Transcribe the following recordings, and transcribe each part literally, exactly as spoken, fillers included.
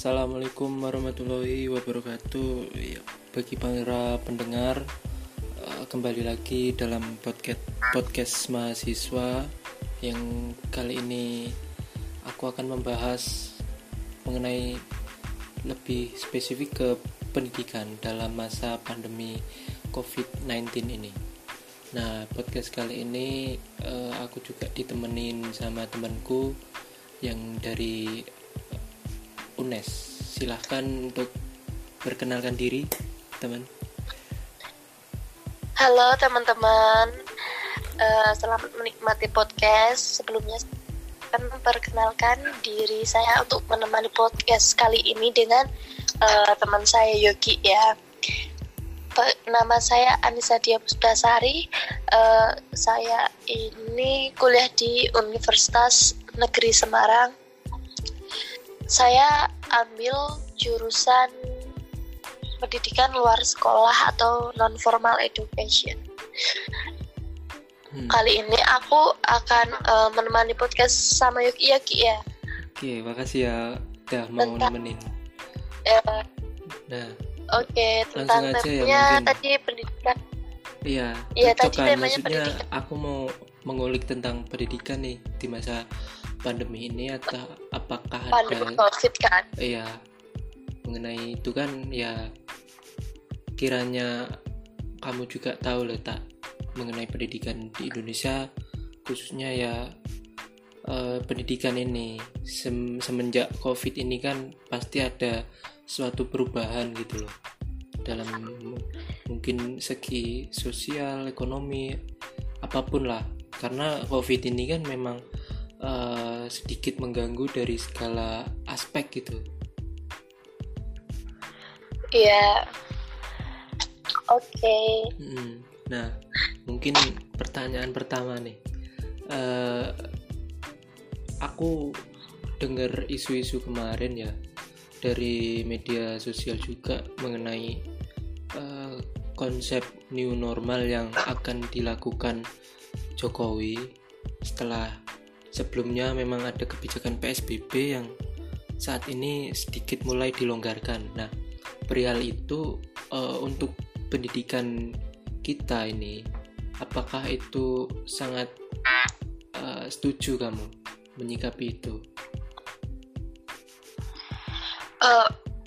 Assalamualaikum warahmatullahi wabarakatuh. Ya, bagi para pendengar, eh, kembali lagi dalam podcast podcast mahasiswa yang kali ini aku akan membahas mengenai lebih spesifik ke pendidikan dalam masa pandemi covid sembilan belas ini. Nah, podcast kali ini eh, aku juga ditemenin sama temanku yang dari U N E S. Silahkan untuk perkenalkan diri, teman. Halo teman-teman, uh, selamat menikmati podcast. Sebelumnya akan memperkenalkan diri saya untuk menemani podcast kali ini dengan uh, teman saya Yogi ya. Nama saya Anissa Dia Pusdasari. Uh, saya ini kuliah di Universitas Negeri Semarang. Saya ambil jurusan pendidikan luar sekolah atau non-formal education. Hmm. Kali ini aku akan uh, menemani podcast sama Yogi Yogi ya. Oke, makasih ya udah mau tentang, nemenin. Uh, nah, oke, okay, tentang temanya ya, tadi pendidikan. Iya, iya tadi kan? temanya Maksudnya pendidikan. Aku mau mengulik tentang pendidikan nih di masa pandemi ini, atau apakah pandemi ada COVID kan? Iya, mengenai itu kan ya, kiranya kamu juga tahu letak mengenai pendidikan di Indonesia, khususnya ya eh, pendidikan ini Sem- semenjak COVID ini kan pasti ada suatu perubahan gitu loh, dalam mungkin segi sosial, ekonomi, apapun lah, karena COVID ini kan memang Uh, sedikit mengganggu dari segala aspek gitu. Iya. Oke. Okay. Hmm, nah, mungkin pertanyaan pertama nih. Uh, aku dengar isu-isu kemarin ya dari media sosial juga mengenai uh, konsep new normal yang akan dilakukan Jokowi setelah sebelumnya memang ada kebijakan P S B B yang saat ini sedikit mulai dilonggarkan. Nah, perihal itu uh, untuk pendidikan kita ini, apakah itu sangat uh, setuju kamu menyikapi itu? Uh,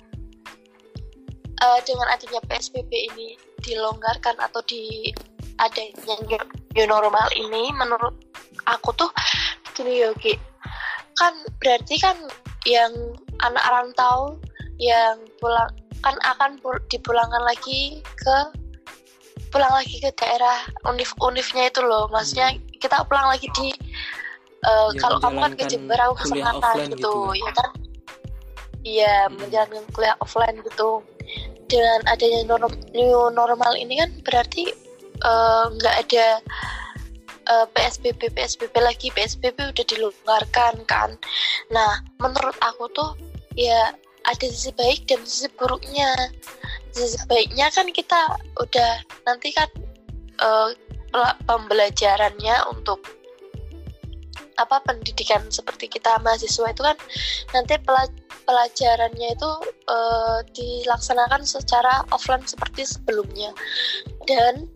uh, dengan adanya P S B B ini dilonggarkan atau di adanya new normal ini, menurut aku tuh gini Yogi, kan berarti kan yang anak rantau yang pulang kan akan pul- dipulangkan lagi ke pulang lagi ke daerah univ-univnya itu loh, maksudnya kita pulang lagi di uh, kalau kamu kan ke Jember, aku ke Semarang gitu, gitu ya kan, iya hmm. menjalankan kuliah offline gitu. Dengan adanya norm- new normal ini kan berarti nggak uh, ada Uh, P S B B P S B B lagi, P S B B udah dilonggarkan kan. Nah, menurut aku tuh ya ada sisi baik dan sisi buruknya. Sisi baiknya kan kita udah nanti kan uh, pembelajarannya untuk apa pendidikan seperti kita mahasiswa itu kan nanti pelajarannya itu uh, dilaksanakan secara offline seperti sebelumnya dan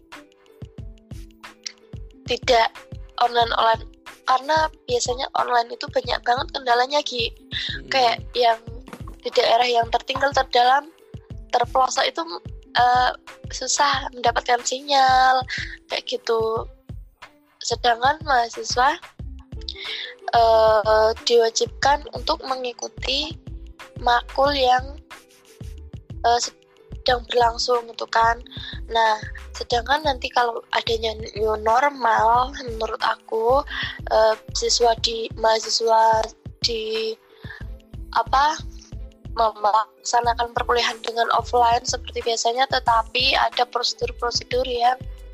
tidak online-online, karena biasanya online itu banyak banget kendalanya Gi. Hmm. Kayak yang di daerah yang tertinggal, terdalam, terpelosok itu uh, susah mendapatkan sinyal kayak gitu. Sedangkan mahasiswa uh, diwajibkan untuk mengikuti makul yang uh, sedang berlangsung gitu kan. Nah, sedangkan nanti kalau adanya new normal, menurut aku uh, siswa di mahasiswa di apa melaksanakan perkuliahan dengan offline seperti biasanya, tetapi ada prosedur-prosedur yang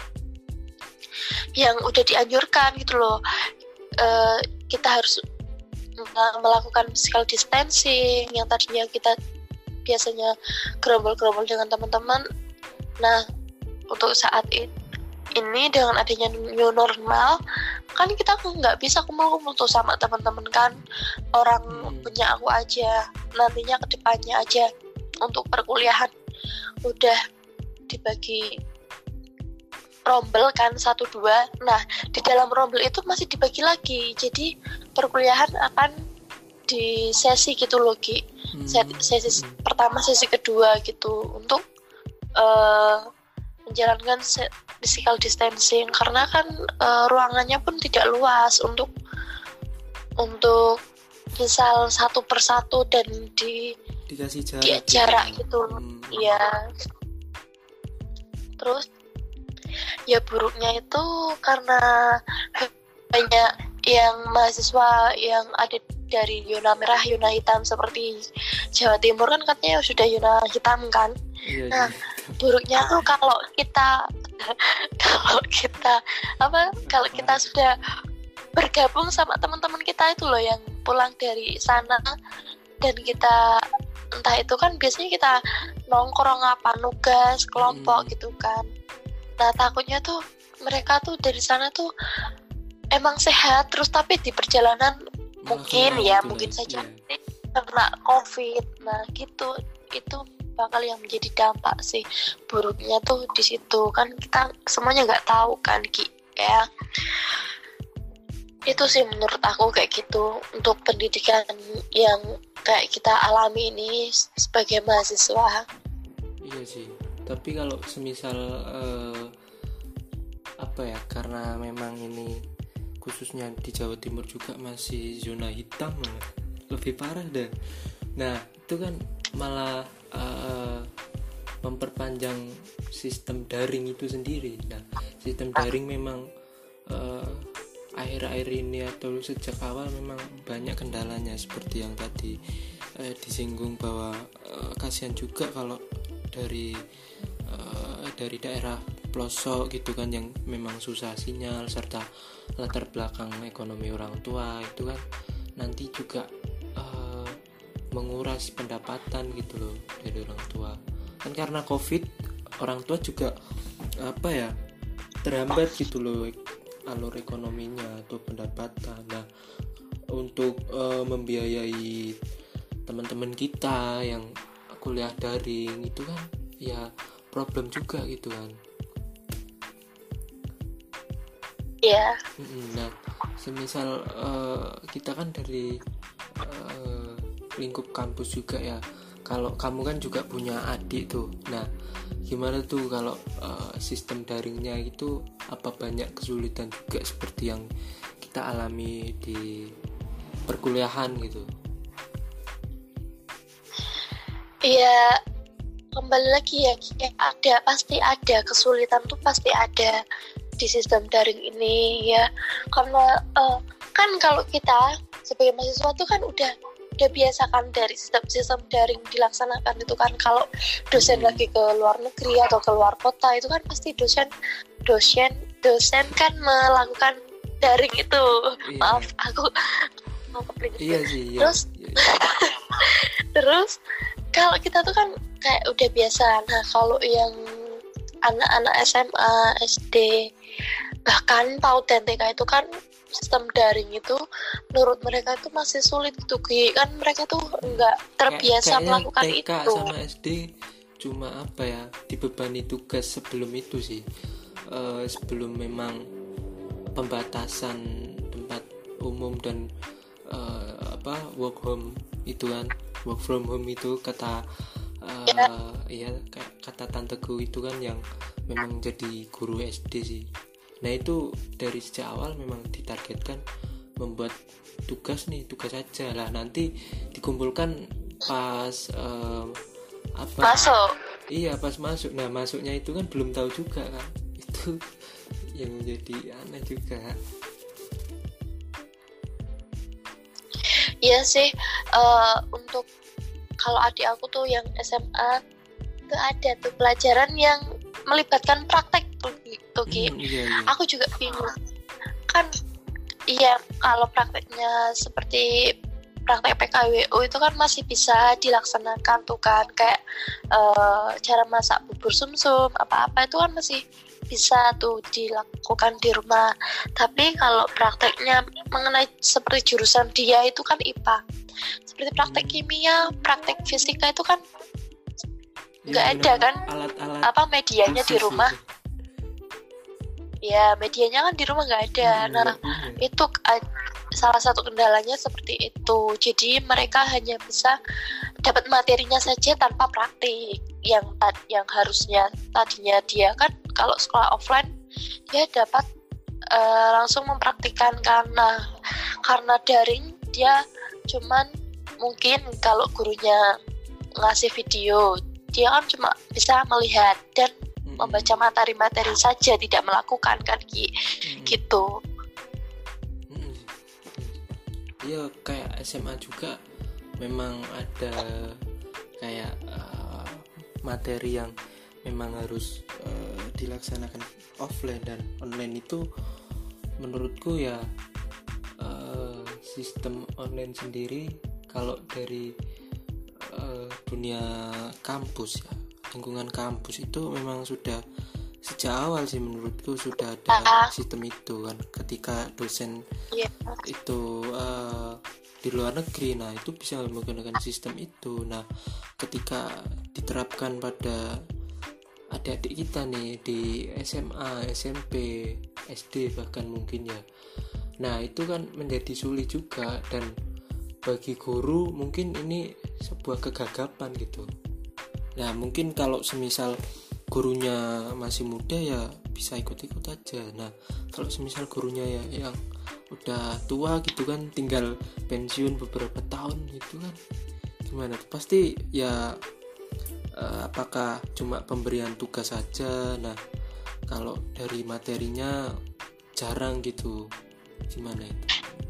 yang udah dianjurkan gitu loh. Uh, kita harus melakukan physical distancing yang tadinya kita biasanya gerombol-gerombol dengan teman-teman. Nah, untuk saat ini ini dengan adanya new normal kan kita nggak bisa kumpul-kumpul tuh sama teman-teman kan, orang Hmm. punya aku aja nantinya kedepannya aja untuk perkuliahan udah dibagi rombel kan satu dua. Nah di dalam rombel itu masih dibagi lagi, jadi perkuliahan akan di sesi gitu loh Ki. Hmm. Sesi Hmm. pertama, sesi kedua gitu untuk uh, menjalankan physical distancing karena kan uh, ruangannya pun tidak luas untuk untuk misal satu persatu dan di Dikasih jarak, di jarak gitu. gitu. Hmm. Iya. Terus ya buruknya itu karena banyak yang mahasiswa yang ada dari zona merah, zona hitam seperti Jawa Timur kan katanya sudah zona hitam kan. Iya, Nah, iya. buruknya tuh kalau kita kalau kita apa kalau kita sudah bergabung sama teman-teman kita itu loh yang pulang dari sana dan kita entah itu kan biasanya kita nongkrong apa nugas kelompok Hmm. gitu kan. Nah, takutnya tuh mereka tuh dari sana tuh emang sehat terus tapi di perjalanan Malah mungkin kena ya gitu mungkin lah. saja Iya. kena COVID. Nah gitu itu bakal yang menjadi dampak sih buruknya tuh di situ kan kita semuanya nggak tahu kan Ki ya. Itu sih menurut aku kayak gitu untuk pendidikan yang kayak kita alami ini sebagai mahasiswa. Iya sih. Tapi kalau semisal eh, apa ya, karena memang ini khususnya di Jawa Timur juga masih zona hitam, lebih parah deh. Nah itu kan malah uh, memperpanjang sistem daring itu sendiri. Nah sistem daring memang uh, akhir-akhir ini atau sejak awal memang banyak kendalanya seperti yang tadi uh, disinggung bahwa uh, kasihan juga kalau dari uh, dari daerah pelosok gitu kan yang memang susah sinyal serta latar belakang ekonomi orang tua itu kan nanti juga uh, menguras pendapatan gitu loh dari orang tua kan karena COVID orang tua juga apa ya terhambat gitu loh alur ekonominya atau pendapatan. Nah untuk uh, membiayai teman-teman kita yang kuliah daring itu kan ya problem juga gitu kan. Iya. Nah, semisal uh, kita kan dari uh, lingkup kampus juga ya. Kalau kamu kan juga punya adik tuh. Nah, gimana tuh kalau uh, sistem daringnya itu apa banyak kesulitan juga seperti yang kita alami di perkuliahan gitu? Iya, kembali lagi ya, kayak ada pasti ada kesulitan tuh pasti ada di sistem daring ini ya karena uh, kan kalau kita sebagai mahasiswa tuh kan udah udah biasa kan dari sistem-sistem daring dilaksanakan itu kan kalau dosen hmm. lagi ke luar negeri atau ke luar kota itu kan pasti dosen dosen dosen kan melakukan daring itu. Iya. Maaf aku mau kepelintir. Iya sih. Iya. Terus iya, iya. terus kalau kita tuh kan kayak udah biasa. Nah kalau yang anak-anak S M A, S D, bahkan PAUD dan T K itu kan sistem daring itu menurut mereka itu masih sulit gitu kan mereka tuh nggak terbiasa Kay- melakukan T K itu. Sama S D cuma apa ya dibebani tugas sebelum itu sih uh, sebelum memang pembatasan tempat umum dan uh, apa work home itu kan work from home itu kata uh, ya. ya kata tanteku itu kan yang memang jadi guru S D sih. Nah itu dari sejak awal memang ditargetkan membuat tugas nih tugas aja lah nanti dikumpulkan pas uh, apa masuk. Iya pas masuk. Nah masuknya itu kan belum tahu juga kan itu yang jadi aneh juga. Iya sih uh, untuk kalau adik aku tuh yang S M A itu ada tuh pelajaran yang melibatkan praktek tuh gitu Ki. Hmm, iya, iya. Aku juga bingung kan iya kalau prakteknya seperti praktek P K W U itu kan masih bisa dilaksanakan tuh kan kayak uh, cara masak bubur sumsum apa-apa itu kan masih bisa tuh dilakukan di rumah. Tapi kalau prakteknya mengenai seperti jurusan dia itu kan I P A, seperti praktek kimia, praktek fisika itu kan nggak Ya, ada kan alat-alat apa medianya di khusus rumah. itu. Ya medianya kan di rumah nggak ada. Hmm, Nah nggak punya. itu uh, salah satu kendalanya seperti itu. Jadi mereka hanya bisa dapat materinya saja tanpa praktik. Yang tad yang harusnya tadinya dia kan kalau sekolah offline dia dapat uh, langsung mempraktikkan, karena karena daring dia cuman mungkin kalau gurunya ngasih video dia kan cuma bisa melihat dan Mm-mm. membaca materi-materi saja, tidak melakukan kan Ki. Mm-mm. Gitu. Mm-mm. Iya, kayak S M A juga memang ada kayak uh, materi yang memang harus uh, dilaksanakan offline dan online. Itu menurutku ya uh, sistem online sendiri kalau dari uh, dunia kampus ya, lingkungan kampus itu memang sudah sejak awal sih menurutku sudah ada Ah. sistem itu kan, ketika dosen Iya. itu uh, di luar negeri, nah itu bisa menggunakan sistem itu. Nah ketika diterapkan pada adik-adik kita nih di S M A, S M P, S D bahkan mungkin ya, nah itu kan menjadi sulit juga, dan bagi guru mungkin ini sebuah kegagapan gitu. Nah mungkin kalau semisal gurunya masih muda ya bisa ikut-ikut aja. Nah kalau semisal gurunya ya yang udah tua gitu kan, tinggal pensiun beberapa tahun gitu kan, gimana tuh? Pasti ya eh, apakah cuma pemberian tugas saja. Nah kalau dari materinya jarang gitu, gimana itu?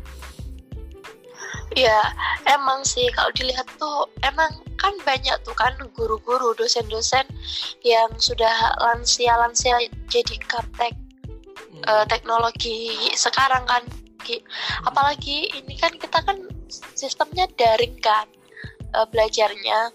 Ya, emang sih kalau dilihat tuh emang kan banyak tuh kan guru-guru, dosen-dosen yang sudah lansia-lansia jadi gaptek Hmm. uh, teknologi sekarang kan Ki. Apalagi ini kan kita kan sistemnya daring kan uh, belajarnya.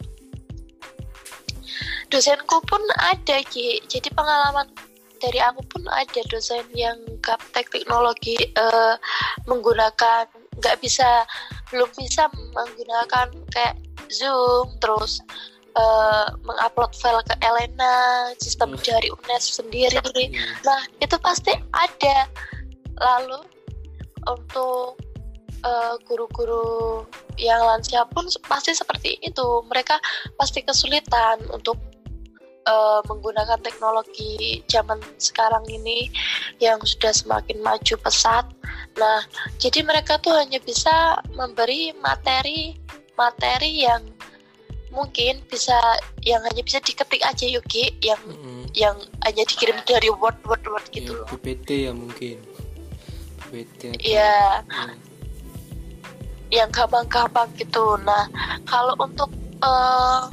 Dosenku pun ada Ki, jadi pengalaman dari aku pun ada dosen yang gaptek teknologi uh, menggunakan, nggak bisa belum bisa menggunakan kayak Zoom, terus uh, mengupload file ke Elena, sistem Oh. dari U N E S sendiri. Iya. Nah itu pasti ada. Lalu untuk uh, guru-guru yang lansia pun pasti seperti itu, mereka pasti kesulitan untuk uh, menggunakan teknologi zaman sekarang ini yang sudah semakin maju pesat. Nah, jadi mereka tuh hanya bisa memberi materi-materi yang mungkin bisa, yang hanya bisa diketik aja Yogi, yang Mm-mm. yang hanya dikirim dari word word word gitu Ya, loh. P P T ya mungkin P P T atau Iya, ya. yang gampang-gampang gitu. Nah, kalau untuk uh,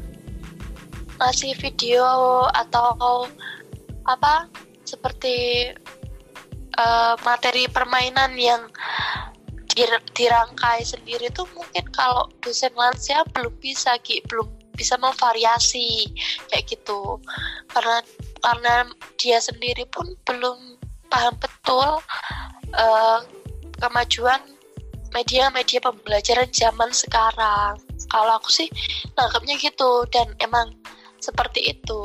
ngasih video atau apa seperti uh, materi permainan yang dir- dirangkai sendiri tuh mungkin kalau dosen lansia belum bisa Ki, belum bisa memvariasi kayak gitu, karena karena dia sendiri pun belum paham betul uh, kemajuan media-media pembelajaran zaman sekarang. Kalau aku sih nangkepnya gitu, dan emang seperti itu.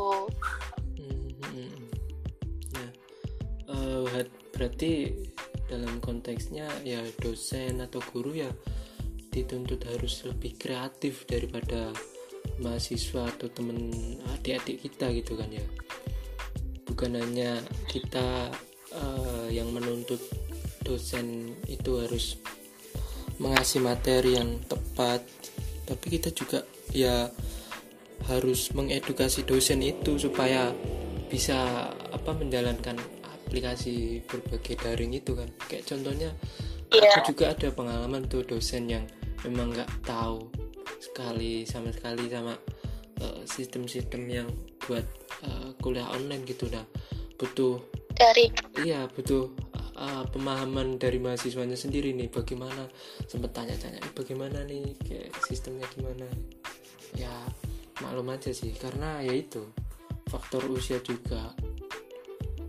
Hmm, ya, uh, berarti dalam konteksnya ya dosen atau guru ya dituntut harus lebih kreatif daripada mahasiswa atau temen adik-adik kita gitu kan ya. Bukan hanya kita uh, yang menuntut dosen itu harus mengasih materi yang tepat, tapi kita juga ya harus mengedukasi dosen itu supaya bisa apa menjalankan aplikasi berbagai daring itu kan. Kayak contohnya Yeah. aku juga ada pengalaman tuh dosen yang memang nggak tahu sekali sama sekali sama uh, sistem-sistem yang buat uh, kuliah online gitu. Nah butuh Dari iya butuh uh, pemahaman dari mahasiswanya sendiri nih, bagaimana, sempat tanya-tanya bagaimana nih kayak sistemnya gimana ya. Maklum aja sih, karena ya itu faktor usia juga.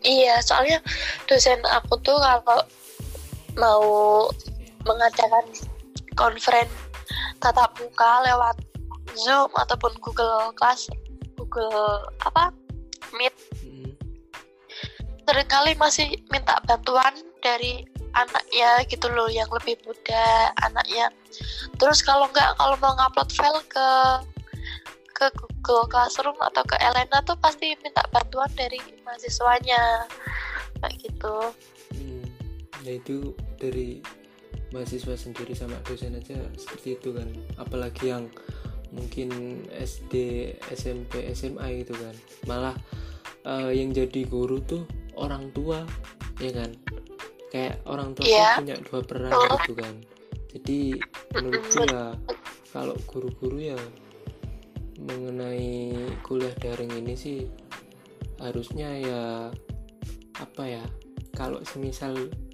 Iya, soalnya dosen aku tuh kalau mau mengadakan conference tatap muka lewat Zoom ataupun Google Class, Google apa Meet, Hmm. seringkali masih minta bantuan dari anaknya gitu loh, yang lebih muda anaknya. Terus kalau nggak, kalau mau ngupload file ke ke Google Classroom atau ke Elena tuh pasti minta bantuan dari mahasiswanya kayak gitu. Hmm. Ya itu dari mahasiswa sendiri sama dosen aja seperti itu kan, apalagi yang mungkin S D, S M P, S M A gitu kan, malah uh, yang jadi guru tuh orang tua, ya kan, kayak orang tua yeah. tuh punya dua peran gitu kan. Jadi menurutku ya kalau guru-guru ya mengenai kuliah daring ini sih harusnya ya apa ya, kalau semisal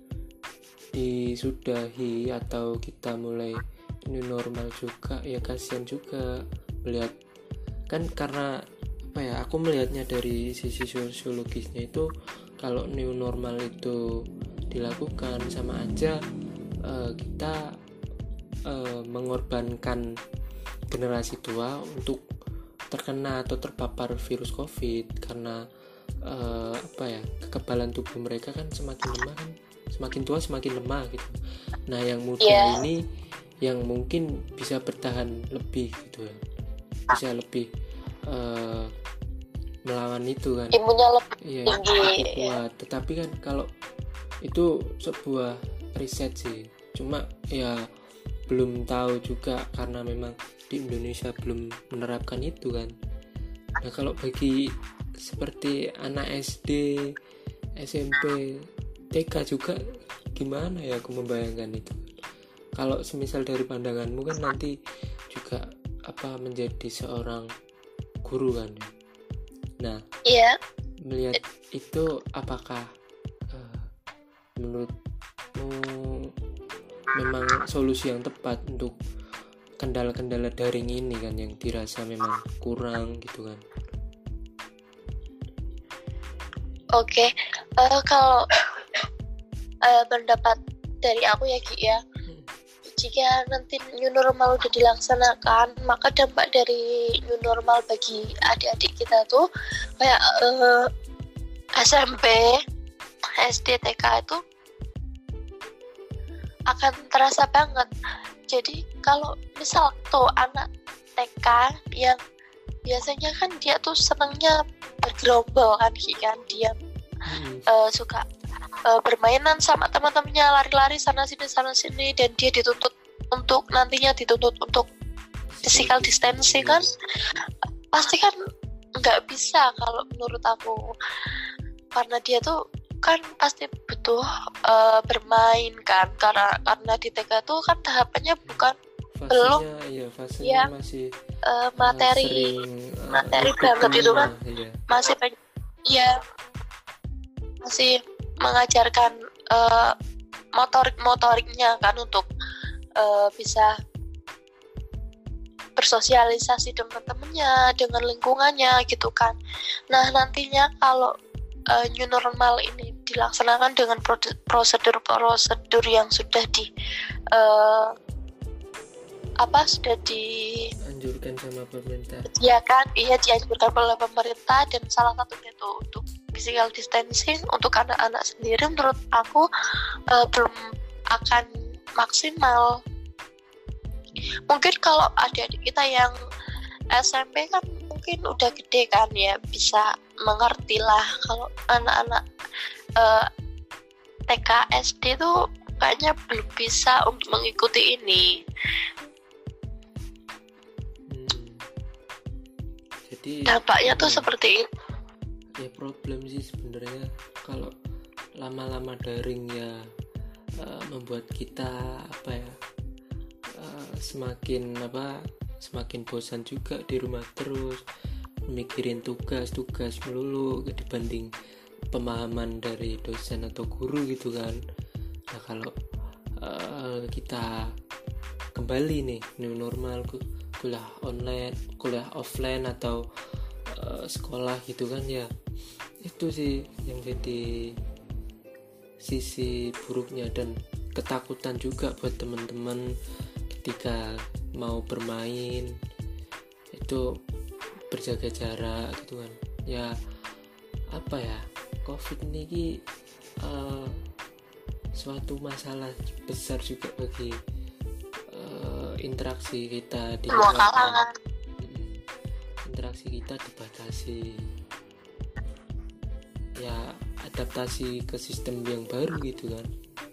disudahi atau kita mulai new normal juga ya kasihan juga melihat kan, karena apa ya, aku melihatnya dari sisi sosiologisnya itu kalau new normal itu dilakukan sama aja uh, kita uh, mengorbankan generasi tua untuk terkena atau terpapar virus COVID, karena uh, apa ya, kekebalan tubuh mereka kan semakin lemah kan, semakin tua semakin lemah gitu. Nah yang muda yeah. ini yang mungkin bisa bertahan lebih gitu ya, bisa lebih uh, melawan itu kan, imunnya lebih iya, tinggi lebih kuat. Tetapi kan kalau itu sebuah riset sih, cuma ya belum tahu juga karena memang di Indonesia belum menerapkan itu kan. Nah kalau bagi seperti anak S D, S M P, T K juga gimana ya aku membayangkan itu. Kalau semisal dari pandanganmu kan nanti juga apa menjadi seorang guru kan. Nah, yeah. melihat itu apakah uh, menurutmu memang solusi yang tepat untuk kendala-kendala daring ini kan yang dirasa memang kurang gitu kan? Oke, okay. uh, kalau uh, pendapat dari aku ya Ki ya, hmm. jika nanti new normal udah dilaksanakan, maka dampak dari new normal bagi adik-adik kita tuh kayak uh, S M P, S D, T K itu akan terasa banget. Jadi kalau misal tuh anak T K yang biasanya kan dia tuh senangnya bergerombol kan, kan dia hmm. uh, suka uh, bermainan sama teman-temannya, lari-lari sana sini sana sini, dan dia dituntut untuk nantinya dituntut untuk physical distancing kan, pasti kan nggak bisa kalau menurut aku, karena dia tuh kan pasti butuh uh, bermain kan, karena karena di T K tuh kan tahapannya bukan fasenya, belum iya, fasenya ya masih uh, materi uh, sering, uh, materi banget itu kan, iya. masih ya masih mengajarkan uh, motorik motoriknya kan untuk uh, bisa bersosialisasi dengan temennya, dengan lingkungannya gitu kan. Nah nantinya kalau uh, new normal ini dilaksanakan dengan prosedur-prosedur yang sudah di uh, apa sudah dianjurkan sama pemerintah. Ya kan, iya dianjurkan oleh pemerintah, dan salah satunya itu untuk physical distancing untuk anak-anak sendiri, menurut aku uh, belum akan maksimal. Mungkin kalau adik-adik kita yang S M P kan mungkin udah gede kan ya, bisa mengerti lah. Kalau anak-anak uh, T K S D tuh kayaknya belum bisa untuk mengikuti ini. Hmm. Jadi dampaknya ya, tuh seperti itu. Ya problem sih sebenarnya kalau lama-lama daring ya uh, membuat kita apa ya uh, semakin apa semakin bosan juga di rumah terus mikirin tugas-tugas melulu dibanding pemahaman dari dosen atau guru gitu kan. Nah kalau uh, kita kembali nih new normal, kuliah online, kuliah offline atau uh, sekolah gitu kan ya, itu sih yang jadi sisi buruknya, dan ketakutan juga buat teman-teman ketika mau bermain itu berjaga jarak gitu kan ya. Apa ya, covid ini uh, suatu masalah besar juga bagi uh, interaksi kita di luar. Interaksi kita dibatasi ya, adaptasi ke sistem yang baru gitu kan.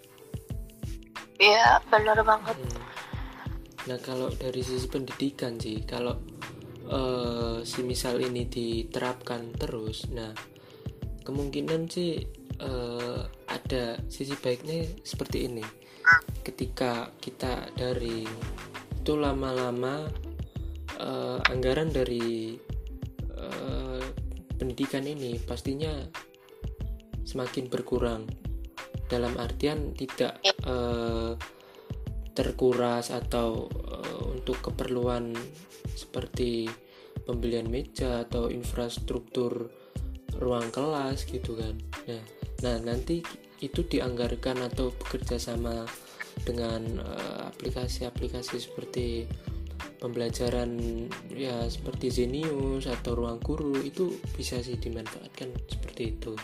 Iya benar banget. hmm. Nah kalau dari sisi pendidikan sih, kalau uh, si misal ini diterapkan terus, nah kemungkinan sih uh, ada sisi baiknya seperti ini. Ketika kita daring itu lama-lama uh, anggaran dari uh, pendidikan ini pastinya semakin berkurang, dalam artian tidak uh, terkuras atau uh, untuk keperluan seperti pembelian meja atau infrastruktur ruang kelas gitu kan. Nah, nah nanti itu dianggarkan atau bekerja sama dengan uh, aplikasi-aplikasi seperti pembelajaran ya seperti Zenius atau Ruang Guru, itu bisa sih dimanfaatkan seperti itu.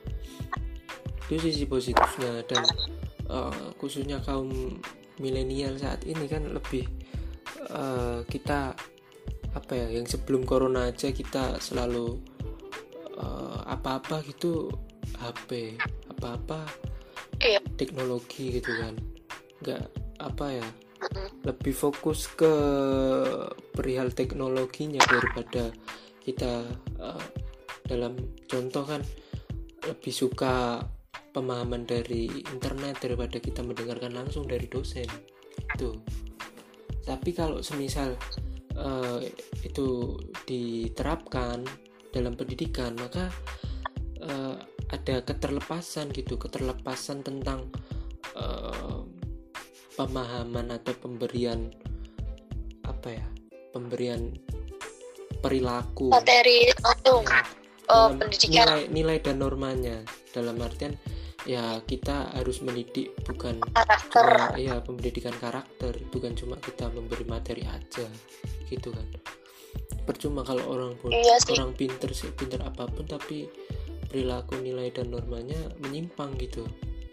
Itu sisi positifnya. Dan uh, khususnya kaum milenial saat ini kan lebih uh, kita apa ya, yang sebelum corona aja kita selalu uh, apa-apa gitu H P, apa-apa teknologi gitu kan, nggak apa ya, lebih fokus ke perihal teknologinya daripada kita uh, dalam contoh kan lebih suka pemahaman dari internet daripada kita mendengarkan langsung dari dosen itu. Tapi kalau semisal uh, itu diterapkan dalam pendidikan, maka uh, ada keterlepasan gitu, keterlepasan tentang uh, pemahaman atau pemberian apa ya, pemberian perilaku, materi langsung uh, pendidikan, nilai, nilai dan normanya, dalam artian ya kita harus mendidik bukan karakter. Cuma, ya pendidikan karakter, bukan cuma kita memberi materi aja gitu kan. Percuma kalau orang iya orang pinter sih, pinter apapun tapi perilaku, nilai dan normanya menyimpang gitu.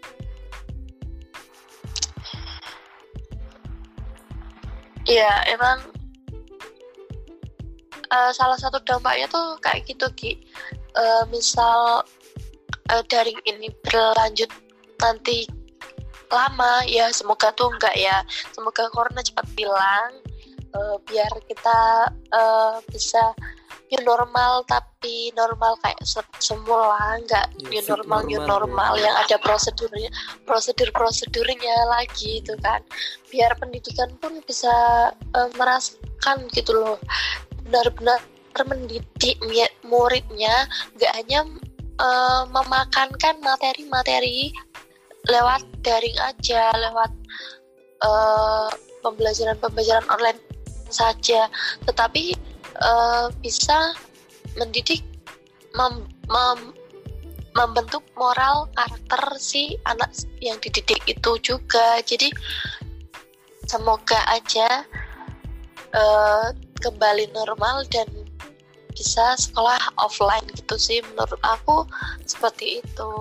Iya emang uh, salah satu dampaknya tuh kayak gitu Ki. Uh, misal uh, daring ini berlanjut nanti lama, ya semoga tuh enggak ya, semoga corona cepat hilang, uh, biar kita uh, bisa new normal, tapi normal kayak se- semula, enggak Ya, new fit normal new normal, normal ya. yang ada prosedurnya, prosedur-prosedurnya lagi itu kan, biar pendidikan pun bisa uh, merasakan gitu loh, benar-benar mendidik muridnya, enggak hanya uh, memakankan materi-materi lewat daring aja, lewat uh, pembelajaran-pembelajaran online saja, tetapi uh, bisa mendidik, mem, mem, membentuk moral karakter si anak yang dididik itu juga. Jadi semoga aja uh, kembali normal dan bisa sekolah offline gitu sih, menurut aku seperti itu.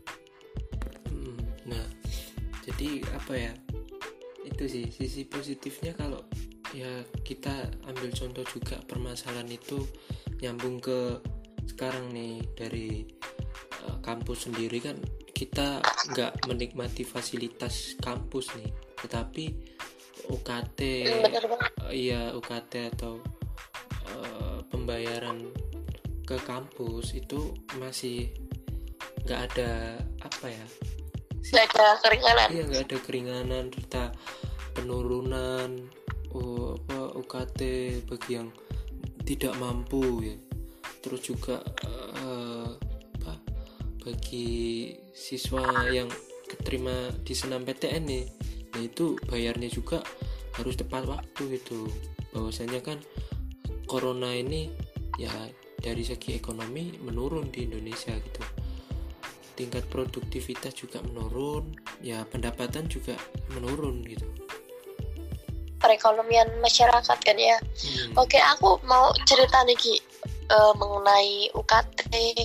Nah, jadi apa ya, itu sih sisi positifnya. Kalau ya kita ambil contoh juga permasalahan itu nyambung ke sekarang nih, dari uh, kampus sendiri kan kita nggak menikmati fasilitas kampus nih, tetapi U K T, uh, iya U K T atau uh, pembayaran ke kampus itu masih nggak ada apa ya, nggak ada keringanan. Iya, nggak ada keringanan serta penurunan uh, apa, U K T bagi yang tidak mampu ya. Terus juga uh, apa, bagi siswa yang keterima di senam P T N nih, nah itu bayarnya juga harus tepat waktu gitu. Bahwasanya kan corona ini ya dari segi ekonomi menurun di Indonesia gitu. Tingkat produktivitas juga menurun, ya pendapatan juga menurun gitu. Perekonomian masyarakat kan ya. Hmm. Oke, aku mau cerita nih Ki, uh, mengenai U K T.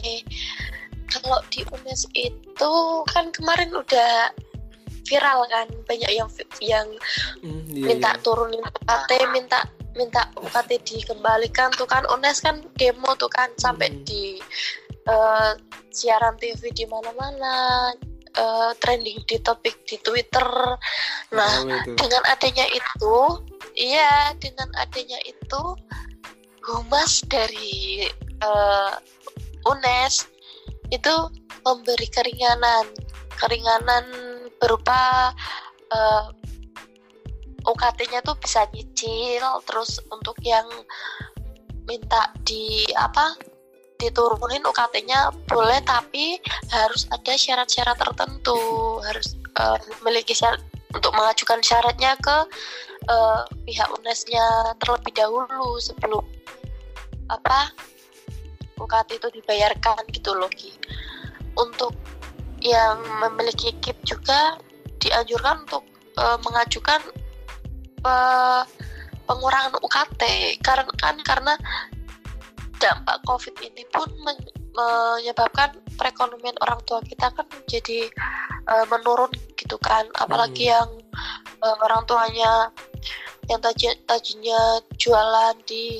Kalau di U N E S itu kan kemarin udah viral kan, banyak yang yang hmm, iya, minta iya. turunin U K T, minta minta U K T dikembalikan tuh kan. U N E S kan demo tuh kan sampai hmm. di uh, siaran T V di mana-mana, uh, trending di topik di Twitter. Nah, oh, dengan adanya itu, iya, dengan adanya itu, humas dari uh, U N E S itu memberi keringanan, keringanan berupa uh, U K T-nya tuh bisa nyicil, terus untuk yang minta di apa? diturunin U K T-nya boleh, tapi harus ada syarat-syarat tertentu, harus uh, memiliki syarat untuk mengajukan syaratnya ke uh, pihak U N E S-nya terlebih dahulu sebelum apa U K T itu dibayarkan gitu loh Ki. Untuk yang memiliki K I P juga dianjurkan untuk uh, mengajukan uh, pengurangan U K T karena kan karena dampak COVID ini pun men- menyebabkan perekonomian orang tua kita kan jadi uh, menurun gitu kan, apalagi hmm. yang uh, orang tuanya yang tadi tadinya jualan di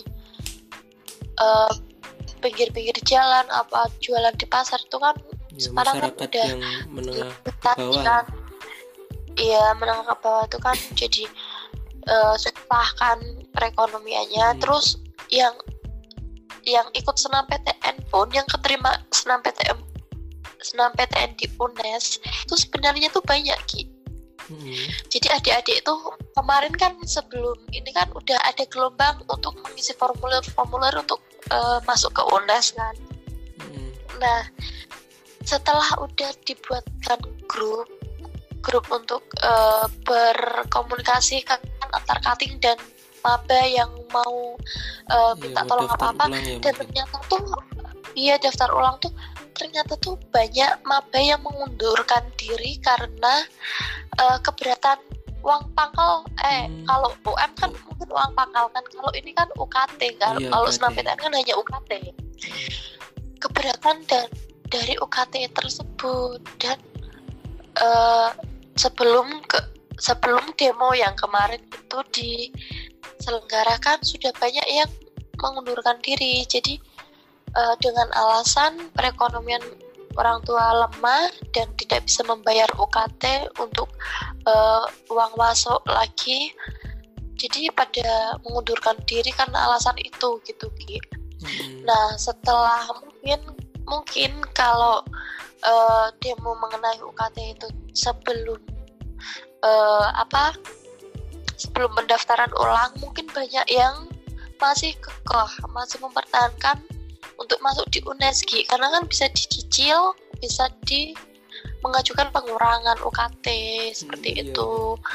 uh, pinggir-pinggir jalan, apa jualan di pasar itu kan ya, sekarang kan udah yang menengah ke bawah kan, iya menengah ke bawah itu kan jadi uh, susah kan perekonomiannya. hmm. Terus yang yang ikut senam P T N pun, yang keterima senam P T N senam P T N di U N E S itu sebenarnya tuh banyak Ki. Hmm. Jadi adik-adik itu kemarin kan sebelum ini kan udah ada gelombang untuk mengisi formulir-formulir untuk uh, masuk ke U N E S kan. Hmm. Nah, setelah udah dibuatkan grup grup untuk uh, berkomunikasi kan antar cutting dan maba yang mau uh, minta iya, tolong apa-apa ya, dan mungkin. Ternyata tuh iya daftar ulang tuh ternyata tuh banyak maba yang mengundurkan diri karena uh, keberatan uang pangkal eh hmm. kalau U M kan mungkin uang pangkal kan, kalau ini kan U K T kan, iya, kalau senam P T N kan hanya U K T. Keberatan dan dari U K T tersebut dan uh, sebelum ke sebelum demo yang kemarin itu diselenggarakan sudah banyak yang mengundurkan diri. Jadi uh, dengan alasan perekonomian orang tua lemah dan tidak bisa membayar U K T untuk uh, uang masuk lagi, jadi pada mengundurkan diri karena alasan itu gitu Ki. Hmm. Nah setelah mungkin mungkin kalau uh, demo mengenai U K T itu sebelum uh, apa sebelum pendaftaran ulang, mungkin banyak yang masih kekeh, masih mempertahankan untuk masuk di U N E S G, karena kan bisa dicicil, bisa di mengajukan pengurangan U K T seperti hmm, itu.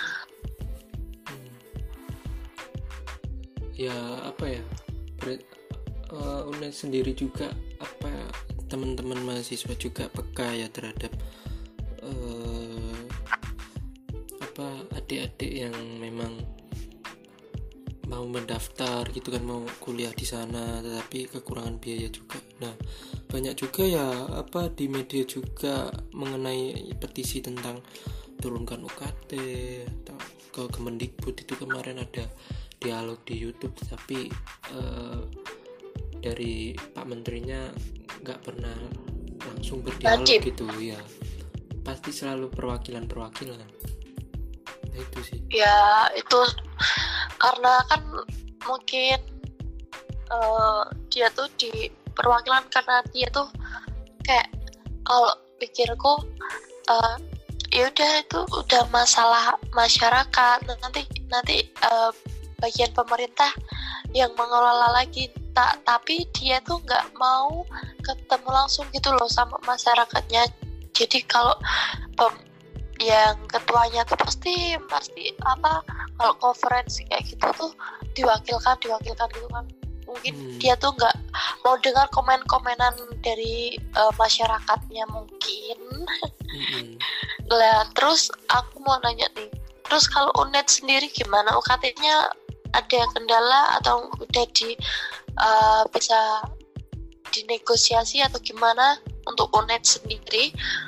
Iya. Hmm. Ya apa ya, Ber- uh, U N E S sendiri juga apa teman-teman mahasiswa juga peka ya terhadap uh, apa adik-adik yang memang mau mendaftar gitu kan, mau kuliah di sana tetapi kekurangan biaya juga. Nah banyak juga ya apa di media juga mengenai petisi tentang turunkan U K T atau ke Kemendikbud itu kemarin ada dialog di YouTube, tapi eh, dari Pak Menterinya nggak pernah langsung berdialog Wajib. gitu ya, pasti selalu perwakilan-perwakilan. Nah itu sih ya, itu karena kan mungkin uh, dia tuh di perwakilan karena dia tuh kayak kalau pikirku uh, ya udah itu udah masalah masyarakat, nanti nanti uh, bagian pemerintah yang mengelola lagi. Tak, tapi dia tuh nggak mau ketemu langsung gitu loh sama masyarakatnya. Jadi kalau pem- yang ketuanya tuh pasti pasti apa kalau konferensi kayak gitu tuh diwakilkan diwakilkan gitu kan. mungkin Hmm. dia tuh nggak mau dengar komen-komenan dari uh, masyarakatnya mungkin. Mm-mm. Lah terus aku mau nanya nih, terus kalau U N E D sendiri gimana, U K T-nya ada kendala atau udah di uh, bisa dinegosiasi atau gimana untuk U N E D sendiri?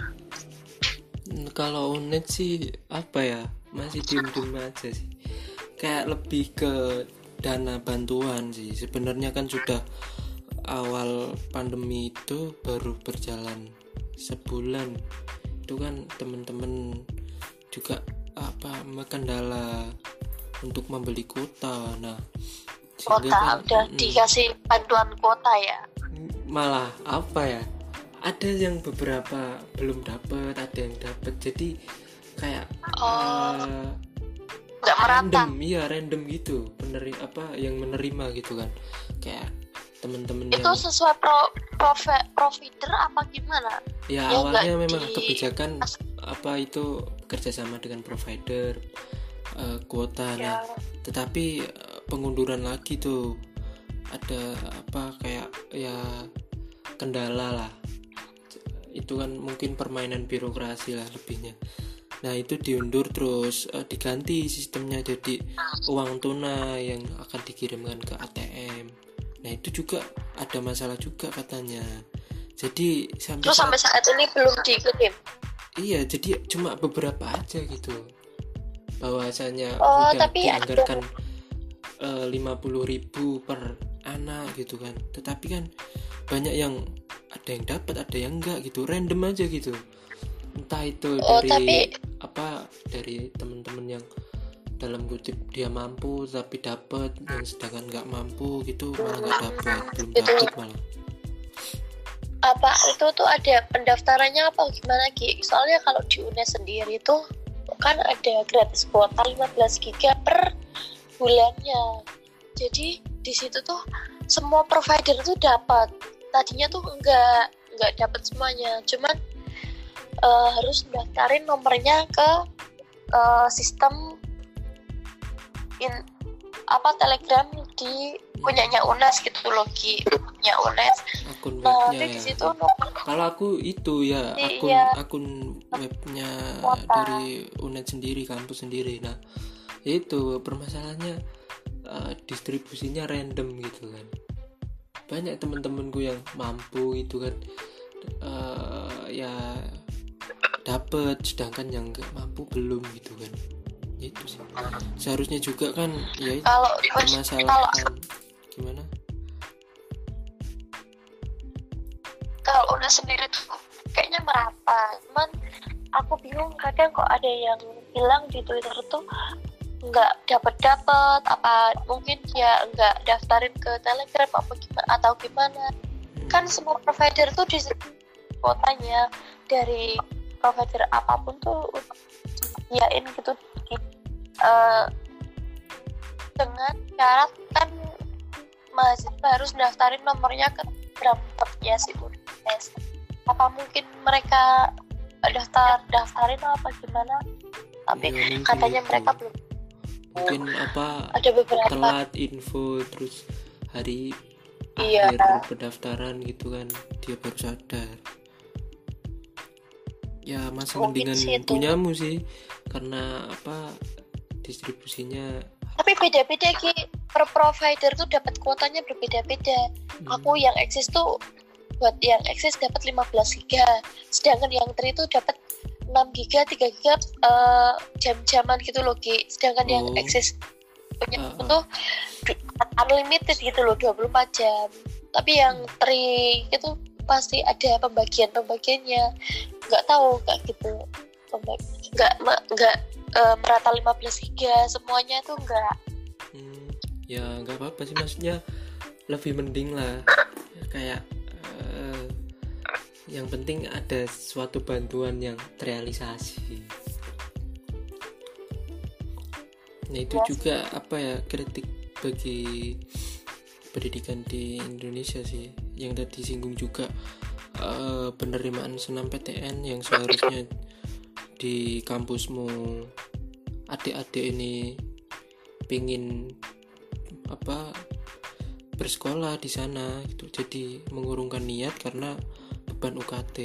Kalau U N E D sih apa ya, masih diem-diem aja sih, kayak lebih ke dana bantuan sih. Sebenarnya kan sudah awal pandemi itu baru berjalan sebulan, itu kan teman-teman juga apa kendala untuk membeli kuota. Nah Kuota kan, udah mm, dikasih bantuan kuota ya? malah apa ya, ada yang beberapa belum dapat, ada yang dapat, jadi kayak Oh, uh, nggak merata. random, iya random gitu peneri apa yang menerima gitu kan, kayak temen-temen Itu yang sesuai pro, profe- provider apa gimana? ya Ya awalnya nggak memang di- kebijakan apa itu bekerjasama dengan provider uh, kuota. Ya. Nah tetapi uh, pengunduran lagi tuh ada apa kayak ya kendala lah, itu kan mungkin permainan birokrasi lah lebihnya. Nah itu diundur terus uh, diganti sistemnya jadi uang tunai yang akan dikirimkan ke A T M. Nah itu juga ada masalah juga katanya. Jadi sampai Terus sampai saat ini belum dikirim. iya, jadi cuma beberapa aja gitu. Bahwasanya Oh, udah tapi dianggarkan uh, lima puluh ribu per anak gitu kan. Tetapi kan banyak yang ada yang dapat, ada yang enggak gitu. Random aja gitu. Entah itu Oh, dari tapi apa dari teman-teman yang dalam kutip dia mampu tapi dapat, yang sedangkan nggak mampu gitu malah nggak dapat, belum Itu. dapat malah. apa itu tuh ada pendaftarannya apa gimana Ki? Soalnya kalau di U N E D sendiri tuh kan ada gratis kuota lima belas giga per bulannya. Jadi di situ tuh semua provider tuh dapat. Tadinya tuh enggak enggak dapat semuanya. Cuman uh, harus daftarin nomornya ke uh, sistem in apa Telegram di punyanya U N E D gitu loh Ki, punya U N E D. Akun Nah, webnya di ya. situ nomor Kalau aku itu ya akun Iya. akun webnya Kuota. dari U N E D sendiri, kampus sendiri. Nah itu permasalahannya uh, distribusinya random gitu kan. Banyak teman-temanku yang mampu itu kan uh, ya dapat, sedangkan yang nggak mampu belum gitu kan. Itu sih seharusnya juga kan ya itu kalau permasalahan gimana. kalau udah sendiri tuh kayaknya merata, cuman aku bingung kadang kok ada yang bilang di Twitter tuh nggak dapat dapat apa mungkin dia nggak daftarin ke Telegram apa gimana atau gimana. Hmm. Kan semua provider tuh di kuotanya dari provider apapun tuh yain gitu uh, dengan syarat kan mahasiswa harus daftarin nomornya ke Telegram-nya si U N E D. Apa mungkin mereka daftar daftarin apa gimana? Tapi Ya, mungkin katanya itu. mereka belum. Mungkin apa Ada beberapa. telat info terus hari Iya. akhir pendaftaran gitu kan dia baru sadar. Ya masih Mungkin mendingan sih itu. punyamu sih karena apa distribusinya. Tapi beda-beda Ki, per provider tuh dapat kuotanya berbeda-beda. hmm, Aku yang eksis tuh buat yang eksis dapat lima belas giga, sedangkan yang tri tuh dapat enam giga, tiga giga uh, jam-jaman gitu loh Ki. Sedangkan yang Oh. eksis punya Ah, aku ah. tuh du- unlimited gitu loh, dua puluh empat jam. Tapi yang tri itu pasti ada pembagian-pembagiannya. Nggak tahu kayak gitu. Pembagi- nggak me- nggak uh, merata lima belas giga semuanya tuh nggak. Hmm, ya nggak apa-apa sih, maksudnya lebih mending lah kayak eh, yang penting ada suatu bantuan yang terrealisasi. Nah itu Ya, juga apa ya kritik bagi pendidikan di Indonesia sih, yang tadi singgung juga eh, penerimaan senam P T N yang seharusnya di kampusmu adik-adik ini pingin apa bersekolah di sana gitu. Jadi mengurungkan niat karena beban U K T.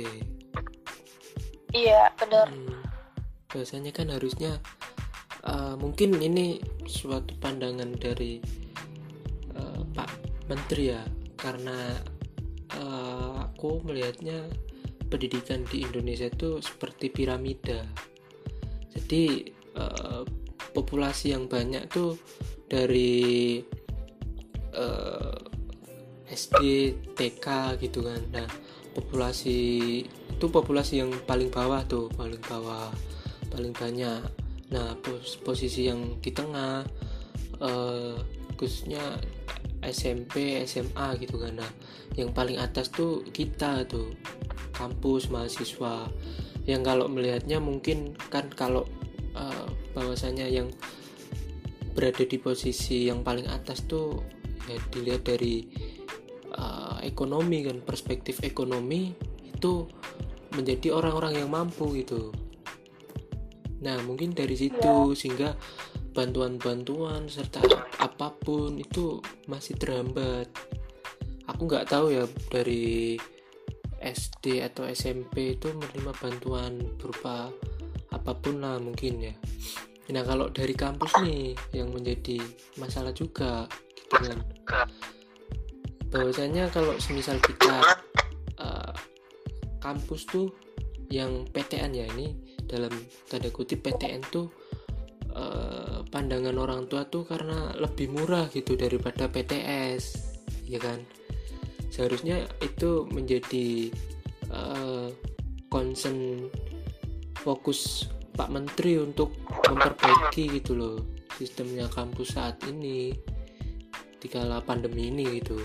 Iya benar. Hmm, bahasanya kan harusnya uh, mungkin ini suatu pandangan dari uh, Pak Menteri ya, karena uh, aku melihatnya pendidikan di Indonesia itu seperti piramida. Jadi uh, populasi yang banyak tuh dari uh, S D, T K gitu kan. Nah, populasi itu populasi yang paling bawah tuh, paling bawah, paling banyak. Nah, pos- posisi yang di tengah uh, khususnya S M P, S M A gitu kan. Nah, yang paling atas tuh kita tuh, kampus, mahasiswa. Yang kalau melihatnya mungkin kan kalau uh, bahwasanya yang berada di posisi yang paling atas tuh ya dilihat dari uh, ekonomi kan, perspektif ekonomi itu menjadi orang-orang yang mampu gitu. Nah, mungkin dari situ sehingga bantuan-bantuan serta apapun itu masih terhambat. Aku nggak tahu ya dari S D atau S M P itu menerima bantuan berupa apapun lah mungkin ya. Nah, kalau dari kampus nih yang menjadi masalah juga gitu kan. Bahwasanya kalau semisal kita uh, kampus tuh yang P T N ya, ini dalam tanda kutip P T N tuh uh, pandangan orang tua tuh karena lebih murah gitu daripada P T S ya kan. Seharusnya itu menjadi uh, concern fokus Pak Menteri untuk memperbaiki gitu loh sistemnya kampus saat ini dikala pandemi ini gitu.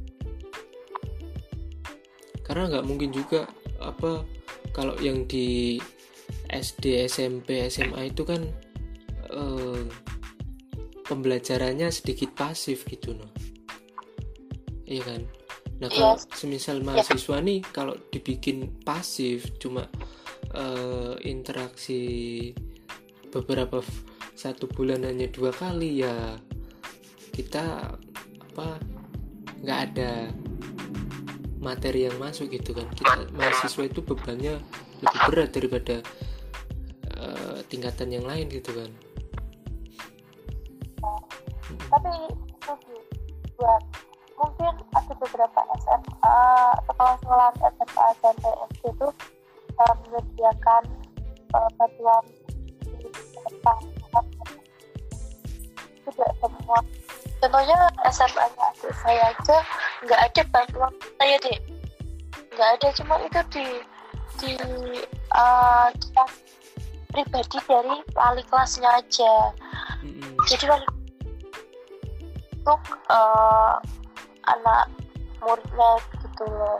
Karena nggak mungkin juga apa kalau yang di S D, S M P, S M A itu kan eh, pembelajarannya sedikit pasif gitu loh, iya kan. Nah kalau Yes. semisal mahasiswa nih kalau dibikin pasif cuma eh, interaksi beberapa f- satu bulan hanya dua kali ya kita apa nggak ada materi yang masuk gitu kan. Kita mahasiswa itu bebannya lebih berat daripada uh, tingkatan yang lain gitu kan. Tapi setuju buat mungkin ada beberapa S M A sekolah-sekolah S M A dan P S D itu uh, menyediakan uh, bantuan di depan tidak semua. Contohnya S M A-nya adik saya aja nggak ada bantuan saya deh, nggak ada, cuma itu di di uh, kelas pribadi dari wali kelasnya aja. Mm-mm. Jadi wali untuk uh, anak muridnya gitu loh.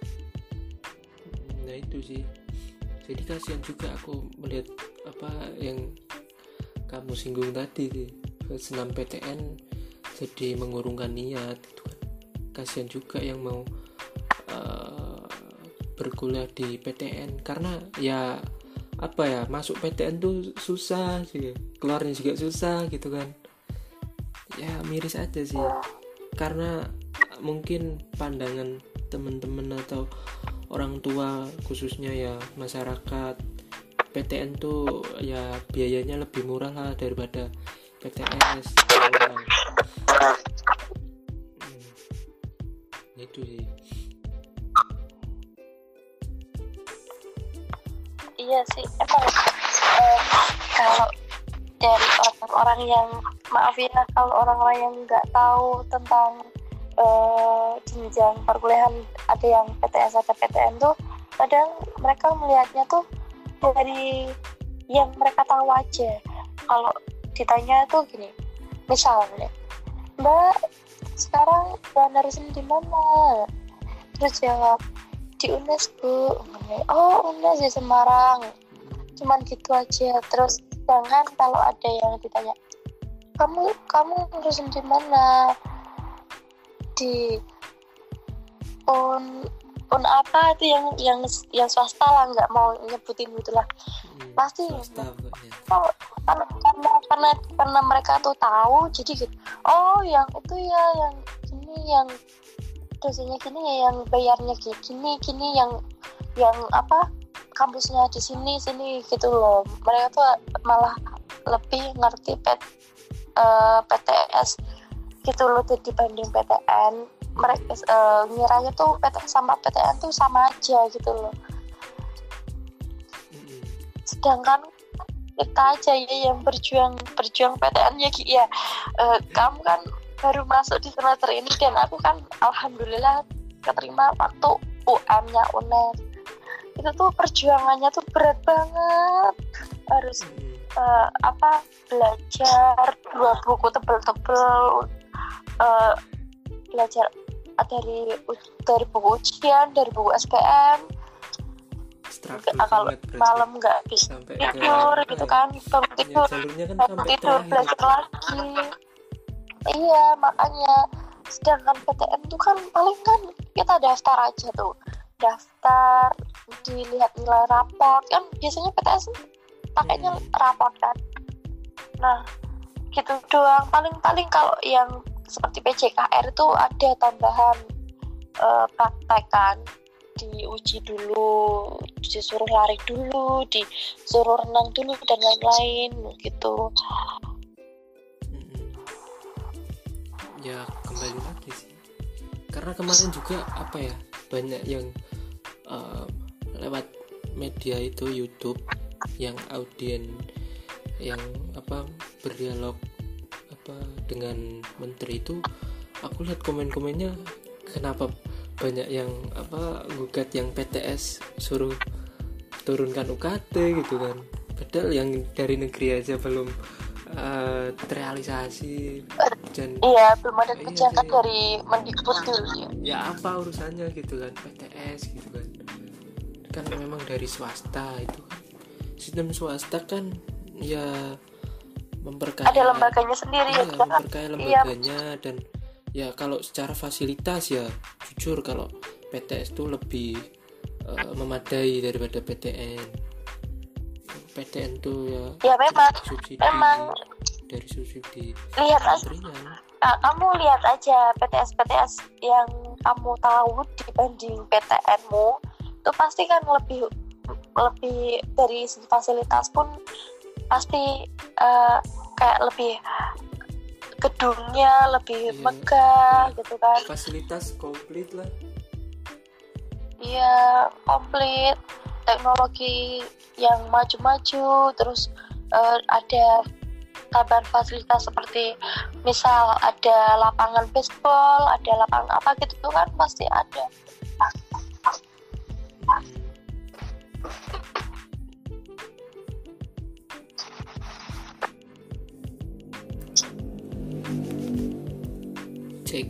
Nah itu sih. Jadi kasihan juga aku melihat apa yang kamu singgung tadi sih. Senam P T N jadi mengurungkan niat gitu kan. Kasihan juga yang mau uh, berkuliah di P T N karena ya apa ya masuk P T N tuh susah sih, keluarnya juga susah gitu kan. Ya miris aja sih karena mungkin pandangan teman-teman atau orang tua khususnya ya masyarakat P T N tuh ya biayanya lebih murah lah daripada P T S. Hmm, itu sih. Iya sih, emang um, kalau dari orang-orang yang maaf ya, kalau orang-orang yang nggak tahu tentang uh, jenjang perkuliahan, ada yang P T S ada P T N tuh, kadang mereka melihatnya tuh dari yang mereka tahu aja. Kalau ditanya tuh gini, misalnya, Mbak sekarang bahan harusnya di mana? Terus jawab di U N E S Bu. Oh U N E S di Semarang. Cuman gitu aja. Terus sedangkan kalau ada yang ditanya, kamu kamu harusnya di mana? Di un un apa itu yang yang yang swasta lah, nggak mau nyebutin gitulah. Hmm, Pasti swasta pokoknya. oh, karena, karena karena karena mereka tuh tahu, jadi gitu. Oh yang itu ya yang ini gini, yang dosennya gini, ya yang bayarnya gini gini, yang yang apa kampusnya di sini sini gitu loh. Mereka tuh malah lebih ngerti P, uh, P T S gitu loh dibanding P T N. Mereka uh, ngiranya tuh P T S sama P T N tuh sama aja gitu loh. Sedangkan kita aja ya yang berjuang berjuang P T N ya Ki ya. Uh, kamu kan baru masuk di semester ini dan aku kan alhamdulillah keterima waktu U M-nya U N E R. Itu tuh perjuangannya tuh berat banget. Harus uh, apa belajar dua buku tebel-tebel, uh, belajar dari dari buku ujian, dari buku S P M. Kalau malam nggak bisa tidur gitu kan, bangun tidur, ya, kan bangun tidur belajar lagi. Iya, makanya sedangkan P T N tuh kan paling kan kita daftar aja tuh, daftar, dilihat nilai raport kan, biasanya P T S pakainya raport kan. Nah gitu doang, paling-paling kalau yang seperti P J K R itu ada tambahan uh, praktek kan, diuji dulu, disuruh lari dulu, disuruh renang dulu dan lain-lain gitu. Ya kembali lagi sih, karena kemarin juga apa ya, banyak yang uh, lewat media itu YouTube yang audien yang apa berdialog apa dengan menteri itu, aku lihat komen-komennya kenapa banyak yang apa gugat yang P T S suruh turunkan U K T gitu kan, padahal yang dari negeri aja belum uh, terrealisasi. Dan iya, belum ada kebijakan iya, dari Mendikbud dulu ya. Ya apa urusannya gitu kan, P T S gitu kan. Kan memang dari swasta itu kan. Sistem swasta kan ya memperkaya. Ada lembaganya sendiri ya. ya. Memperkaya lembaganya iya. Dan ya kalau secara fasilitas ya jujur kalau P T S itu lebih uh, memadai daripada P T N. P T N tuh ya. Ya memang. Subsidi. Memang. Dari subsidi lihat aja, nah, kamu lihat aja P T S P T S yang kamu tahu dibanding P T N-mu itu pasti kan lebih lebih dari segi fasilitas pun pasti uh, kayak lebih gedungnya lebih iya, megah iya. Gitu kan, fasilitas komplit lah. Iya, komplit, teknologi yang maju-maju, terus uh, ada tambahan fasilitas seperti misal ada lapangan baseball, ada lapangan apa gitu tuh kan pasti ada. Cek.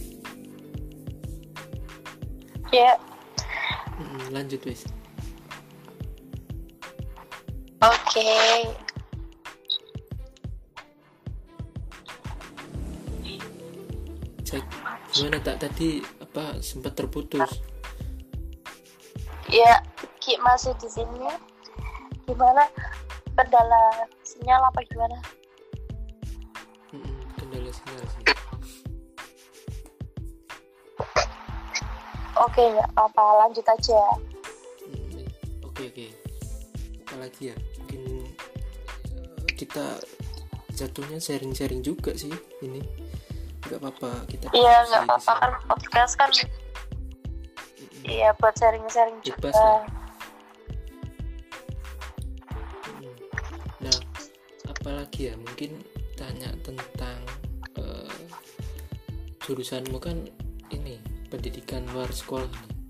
Ya. Yeah. Hmm, lanjut wes. Oke. Okay. Cek gimana tak tadi apa sempat terputus? Ya, Ki masih di sini. Gimana kendala sinyal apa gimana? Hmm, kendala sinyal sih. Oke, nggak apa, lanjut aja. Hmm, oke oke. Apa lagi ya? Mungkin kita jatuhnya sharing-sharing juga sih ini. Nggak apa-apa kita. Iya, nggak apa-apa kan podcast kan. Mm-hmm. Iya, buat sharing-sharing juga. Ya. Nah, apalagi ya, mungkin tanya tentang uh, jurusanmu kan ini pendidikan luar sekolah.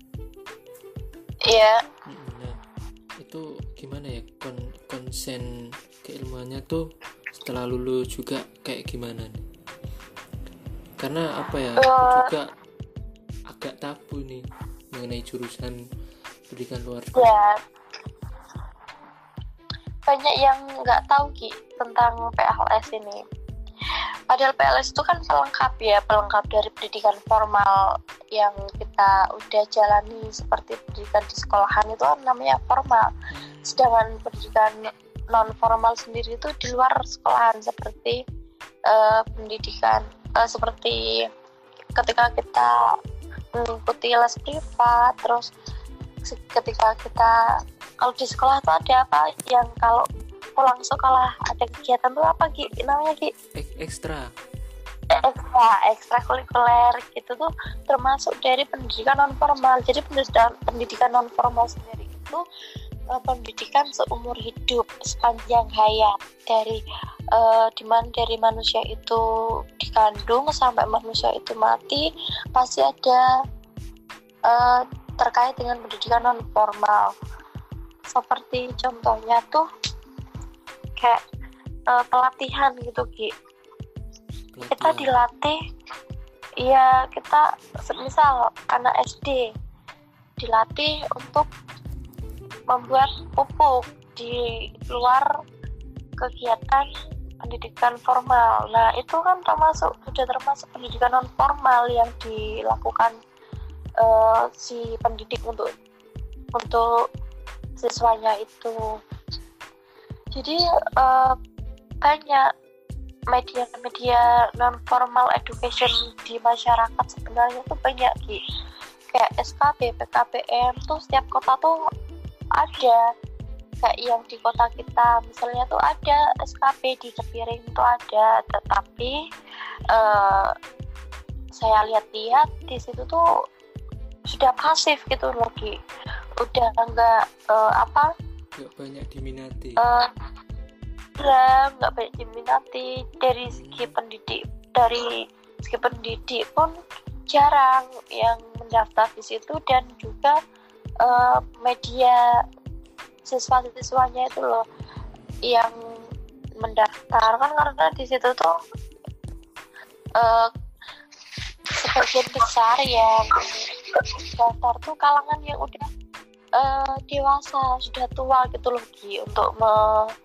Iya. Nah, itu gimana ya kon- konsen keilmuannya tuh setelah lulus juga kayak gimana nih? Karena apa ya, aku juga agak tabu nih mengenai jurusan pendidikan luar negeri. Ya, banyak yang nggak tahu Ki tentang P L S ini. Padahal P L S itu kan pelengkap ya, pelengkap dari pendidikan formal yang kita udah jalani seperti pendidikan di sekolahan itu kan namanya formal. Sedangkan pendidikan non formal sendiri itu di luar sekolahan seperti uh, pendidikan uh, seperti ketika kita mengikuti les privat, terus ketika kita kalau di sekolah tuh ada apa yang kalau pulang sekolah ada kegiatan tuh apa Ki namanya Ki? Ekstra ekstra ekstrakurikuler gitu tuh termasuk dari pendidikan non formal. Jadi pendidikan pendidikan non formal sendiri itu uh, pendidikan seumur hidup sepanjang hayat dari uh, dimana dari manusia itu dikandung sampai manusia itu mati pasti ada uh, terkait dengan pendidikan non formal. Seperti contohnya tuh kayak uh, pelatihan gitu Ki. Pelatihan. Kita dilatih, ya kita misal anak S D dilatih untuk membuat pupuk di luar kegiatan pendidikan formal. Nah itu kan termasuk sudah termasuk pendidikan non formal yang dilakukan Uh, si pendidik untuk untuk siswanya itu. Jadi uh, banyak media-media non formal education di masyarakat sebenarnya tuh banyak Ki. Kayak S K B, P K B M tuh setiap kota tuh ada. Kayak yang di kota kita misalnya tuh ada S K B di Cepiring tuh ada, tetapi uh, saya lihat-lihat di situ tuh sudah pasif gitu loh Ki, udah enggak uh, apa nggak banyak diminati uh, ya nggak banyak diminati dari segi pendidik dari segi pendidik pun jarang yang mendaftar di situ, dan juga uh, media siswa-siswanya itu loh yang mendaftar kan karena di situ tuh uh, sebagian besar yang daftar tuh kalangan yang udah uh, dewasa, sudah tua gitu loh Ki, untuk me,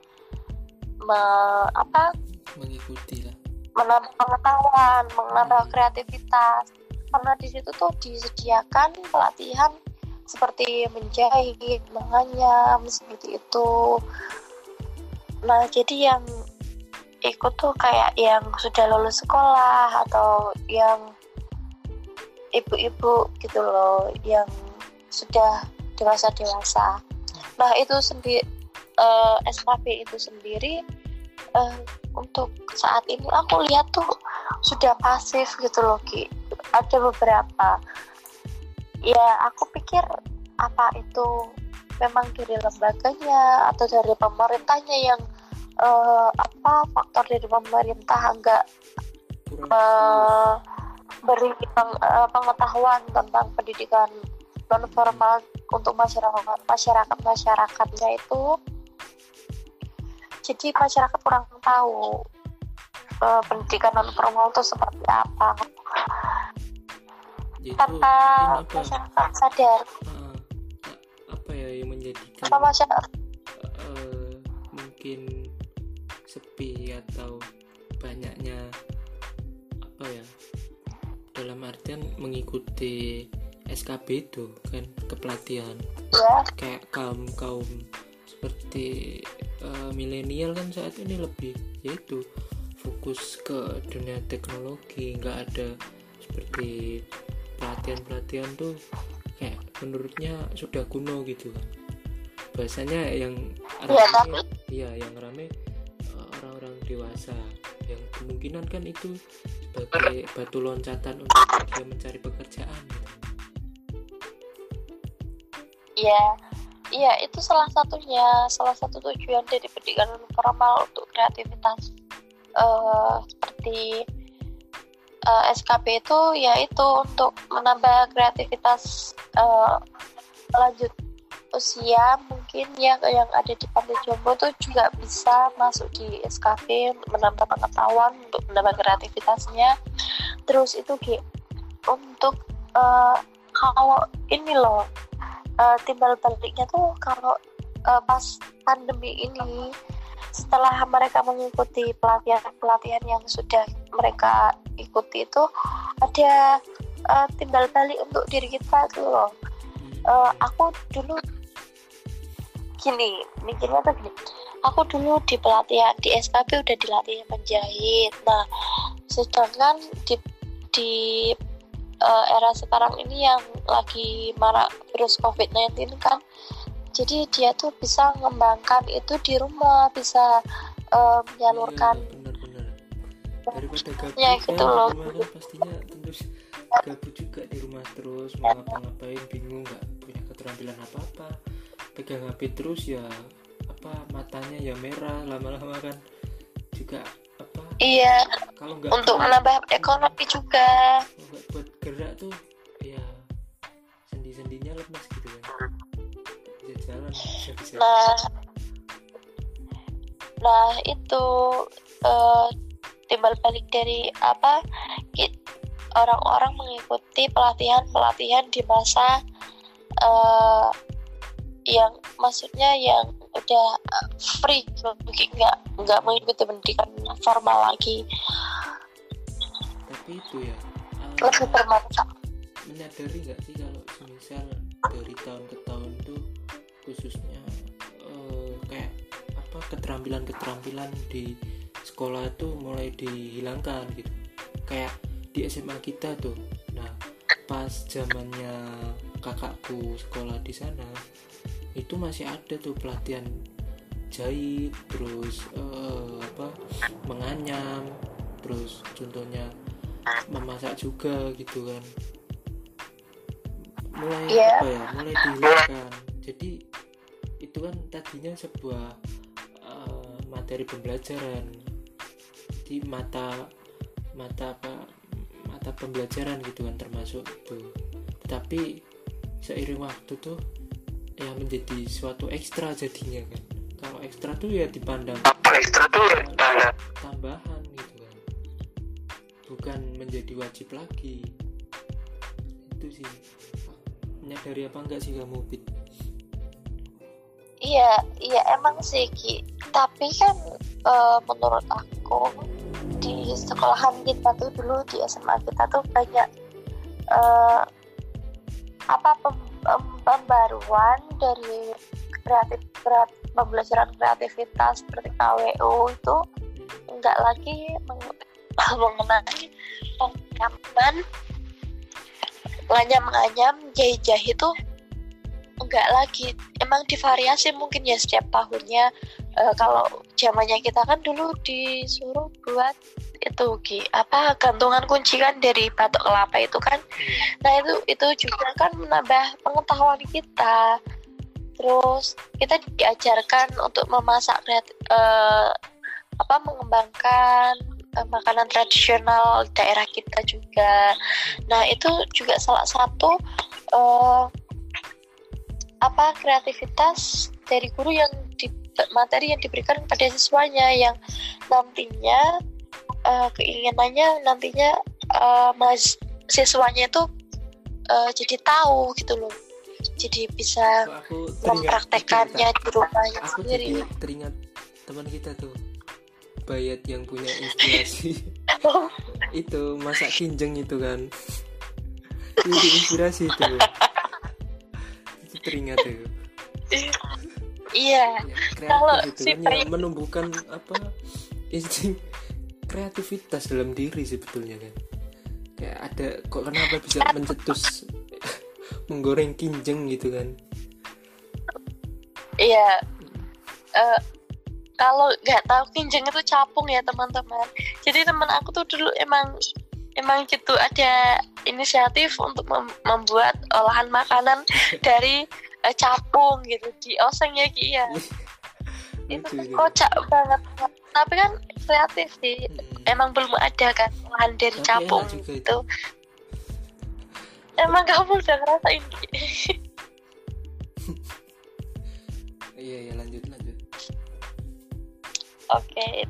me apa mengikuti lah, menambah pengetahuan, menambah kreativitas. Karena di situ tuh disediakan pelatihan seperti menjahit, menganyam seperti itu. Nah jadi yang ikut tuh kayak yang sudah lulus sekolah atau yang ibu-ibu gitu loh yang sudah dewasa-dewasa. Nah itu sendiri uh, S K B itu sendiri uh, untuk saat ini aku lihat tuh sudah pasif gitu loh Ki. Ada beberapa ya aku pikir apa itu memang dari lembaganya atau dari pemerintahnya yang uh, apa faktor dari pemerintah enggak uh, beri peng, uh, pengetahuan tentang pendidikan non formal untuk masyarakat masyarakat masyarakatnya itu, jadi masyarakat kurang tahu uh, pendidikan non formal itu seperti apa. Itu tanpa masyarakat sadar uh, apa ya yang menjadikan apa masyarakat uh, mungkin sepi atau banyaknya apa ya, dalam artian mengikuti S K B itu kan kepelatihan ya. Kayak kaum kaum seperti uh, milenial kan saat ini lebih yaitu fokus ke dunia teknologi, nggak ada seperti pelatihan-pelatihan tuh kayak menurutnya sudah kuno gitu kan. Bahasanya yang rame ya, yang rame uh, orang-orang dewasa yang kemungkinan kan itu sebagai batu loncatan untuk dia mencari pekerjaan gitu. Iya, iya itu salah satunya, salah satu tujuan dari pendidikan non formal untuk kreativitas uh, seperti uh, S K B itu, yaitu untuk menambah kreativitas uh, lanjut usia mungkin yang yang ada di Pantai Jombo tuh juga bisa masuk di S K B, menambah pengetahuan untuk menambah kreativitasnya. Terus itu Ki, untuk uh, kalau ini loh uh, timbal baliknya tuh kalau uh, pas pandemi ini, setelah mereka mengikuti pelatihan-pelatihan yang sudah mereka ikuti itu, ada uh, timbal balik untuk diri kita tuh loh. Uh, aku dulu gini, mikirnya tuh gini, aku dulu di pelatihan di S K B udah dilatih menjahit. Nah, sedangkan di di uh, era sekarang ini yang lagi marak virus covid sembilan belas kan, jadi dia tuh bisa mengembangkan itu di rumah, bisa uh, menyalurkan Iya, benar-benar. Daripada gabut ya kan gitu di loh. rumah kan pastinya tentu gabut juga di rumah terus, mau ngapa-ngapain bingung, nggak punya keterampilan apa-apa, pegang H P terus ya apa matanya ya merah lama-lama kan juga apa Iya, kalau nggak untuk buat- menambah ekonomi juga. kalau nggak buat gerak tuh ya sendi-sendinya lemas gitu kan, bisa jalan bisa bisa Nah, nah itu uh, timbal balik dari apa? ki- Orang-orang mengikuti pelatihan-pelatihan di masa uh, yang maksudnya yang udah uh, free, mungkin nggak nggak mengikuti pendidikan formal lagi, tapi itu ya eh, lebih bermanfaat. menyadari nggak sih kalau semisal dari tahun ke tahun tuh khususnya eh, kayak apa keterampilan-keterampilan di sekolah tuh mulai dihilangkan gitu, kayak di S M A kita tuh. Nah pas zamannya kakakku sekolah di sana itu masih ada tuh pelatihan jahit, terus eh, apa menganyam, terus contohnya memasak juga gitu kan, mulai Iya. apa ya mulai dihilangkan. Jadi itu kan tadinya sebuah uh, materi pembelajaran di mata mata apa mata pembelajaran gitu kan termasuk itu, tapi seiring waktu tuh ya menjadi suatu ekstra jadinya kan. Kalau ekstra tuh ya dipandang Ekstra tuh uh, tambahan gitu kan, bukan menjadi wajib lagi. Itu sih menyadari apa enggak sih kamu, Pit? Iya, iya emang sih Ki. Tapi kan uh, menurut aku di sekolahan kita tuh dulu di S M A kita tuh banyak uh, apa pem- pem- pembaruan dari kreatif, kreatif pembelajaran kreativitas seperti K W U itu enggak lagi meng- mengenai pengaman nganyam-nganyam, jahit-jahit itu enggak lagi, emang divariasi mungkin ya setiap tahunnya. E, kalau zamannya kita kan dulu disuruh buat itu Ki, apa gantungan kunci kan dari batok kelapa itu kan. Nah itu itu juga kan menambah pengetahuan kita. Terus kita diajarkan untuk memasak kreatif, e, apa mengembangkan e, makanan tradisional daerah kita juga. Nah itu juga salah satu e, apa kreativitas dari guru yang di, materi yang diberikan kepada siswanya, yang nantinya uh, keinginannya nantinya uh, mas, siswanya itu uh, jadi tahu gitu loh, jadi bisa Aku mempraktekannya di rumahnya aku sendiri. jadi teringat teman kita tuh Bayat yang punya inspirasi itu masak kinjeng itu kan, itu inspirasi itu itu teringat itu Iya, ya, kalau kreatif itu si kan Bayat- yang menumbuhkan apa insting kreativitas dalam diri sebetulnya kan, kayak ada kok kenapa bisa mencetus menggoreng kinjeng gitu kan. iya. Uh, kalau nggak tahu kinjeng itu capung ya teman-teman. Jadi teman aku tuh dulu emang emang gitu ada inisiatif untuk mem- membuat olahan makanan dari uh, capung gitu, dioseng ya Ki ya. Itu Lucu tuh itu. kocak banget. Tapi kan kreatif sih. Mm-mm. Emang belum ada kan olahan dari Tapi capung enak juga itu. gitu. Emang kamu udah ngerasain Ki? Iya ya lanjut lanjut Oke.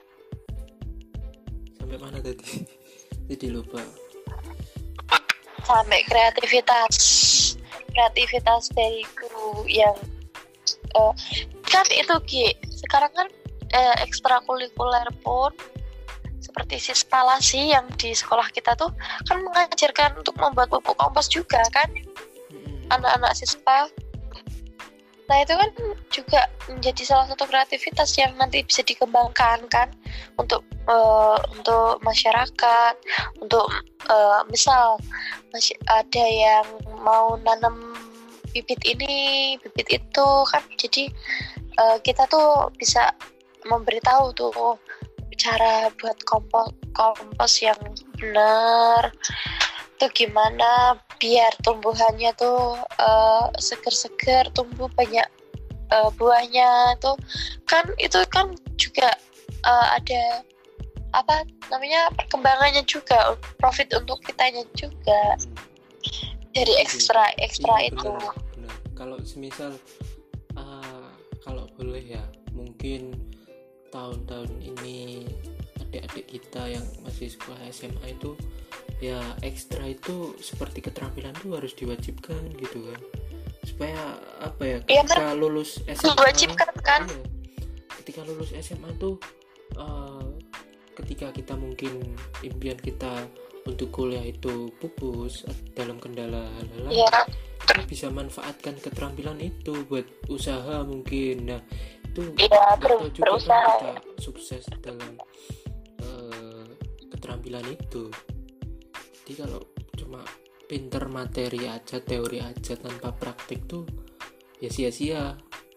sampai mana tadi jadi lupa. Sampai kreativitas kreativitas dari guru yang uh, kan itu Ki, sekarang kan uh, ekstrakurikuler pun seperti sispalasi yang di sekolah kita tuh kan mengajarkan untuk membuat pupuk kompos juga kan. Mm-mm. Anak-anak sispa Nah itu kan juga menjadi salah satu kreativitas yang nanti bisa dikembangkan kan untuk uh, untuk masyarakat, untuk uh, misal masih ada yang mau nanam bibit ini, bibit itu kan, jadi uh, kita tuh bisa memberitahu tuh cara buat kompos kompos yang benar tuh gimana biar tumbuhannya tuh uh, seger-seger, tumbuh banyak uh, buahnya tuh kan, itu kan juga uh, ada apa namanya perkembangannya juga, profit untuk kitanya juga dari ekstra ekstra iya, itu. Benar, benar. Kalau semisal uh, kalau boleh ya, mungkin tahun-tahun ini adik-adik kita yang masih sekolah S M A itu ya ekstra itu seperti keterampilan itu harus diwajibkan gitu kan, supaya apa ya ketika ya, lulus S M A diwajibkan kan, iya, ketika lulus S M A tuh uh, ketika kita mungkin impian kita untuk kuliah itu pupus dalam kendala hal-hal lain, ya. Kita bisa manfaatkan keterampilan itu buat usaha mungkin. Nah itu ya, ber- juga berusaha kita sukses dalam uh, keterampilan itu. Jadi kalau cuma pinter materi aja, teori aja tanpa praktik tuh ya sia-sia.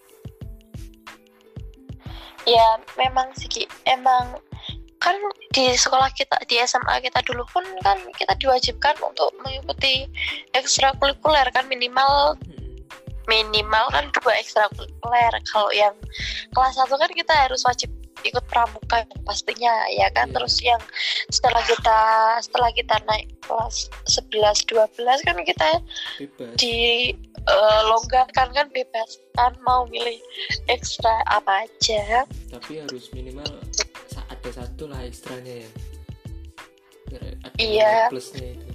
Ya memang sih, emang kan di sekolah kita, di S M A kita dulu pun kan kita diwajibkan untuk mengikuti ekstrakurikuler kan, minimal hmm. minimal kan dua ekstrakurikuler. Kalau yang kelas satu kan kita harus wajib ikut pramuka pastinya ya kan, yeah. Terus yang setelah kita setelah kita naik kelas sebelas dua belas kan kita bebas. Di uh, longgarkan kan, bebas kan mau milih ekstra apa aja, tapi harus minimal ada satu lah ekstranya ya, biar ada iya. Plusnya itu.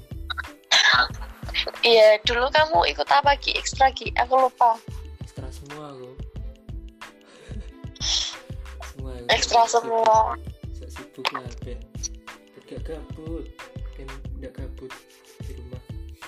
Iya, dulu kamu ikut apa Ki? Ekstra Ki? Aku lupa. Ekstra semua aku. semua. Ekstra semua. Saya sibuk lah Ben. Gak gabut, Ben gak gabut di rumah.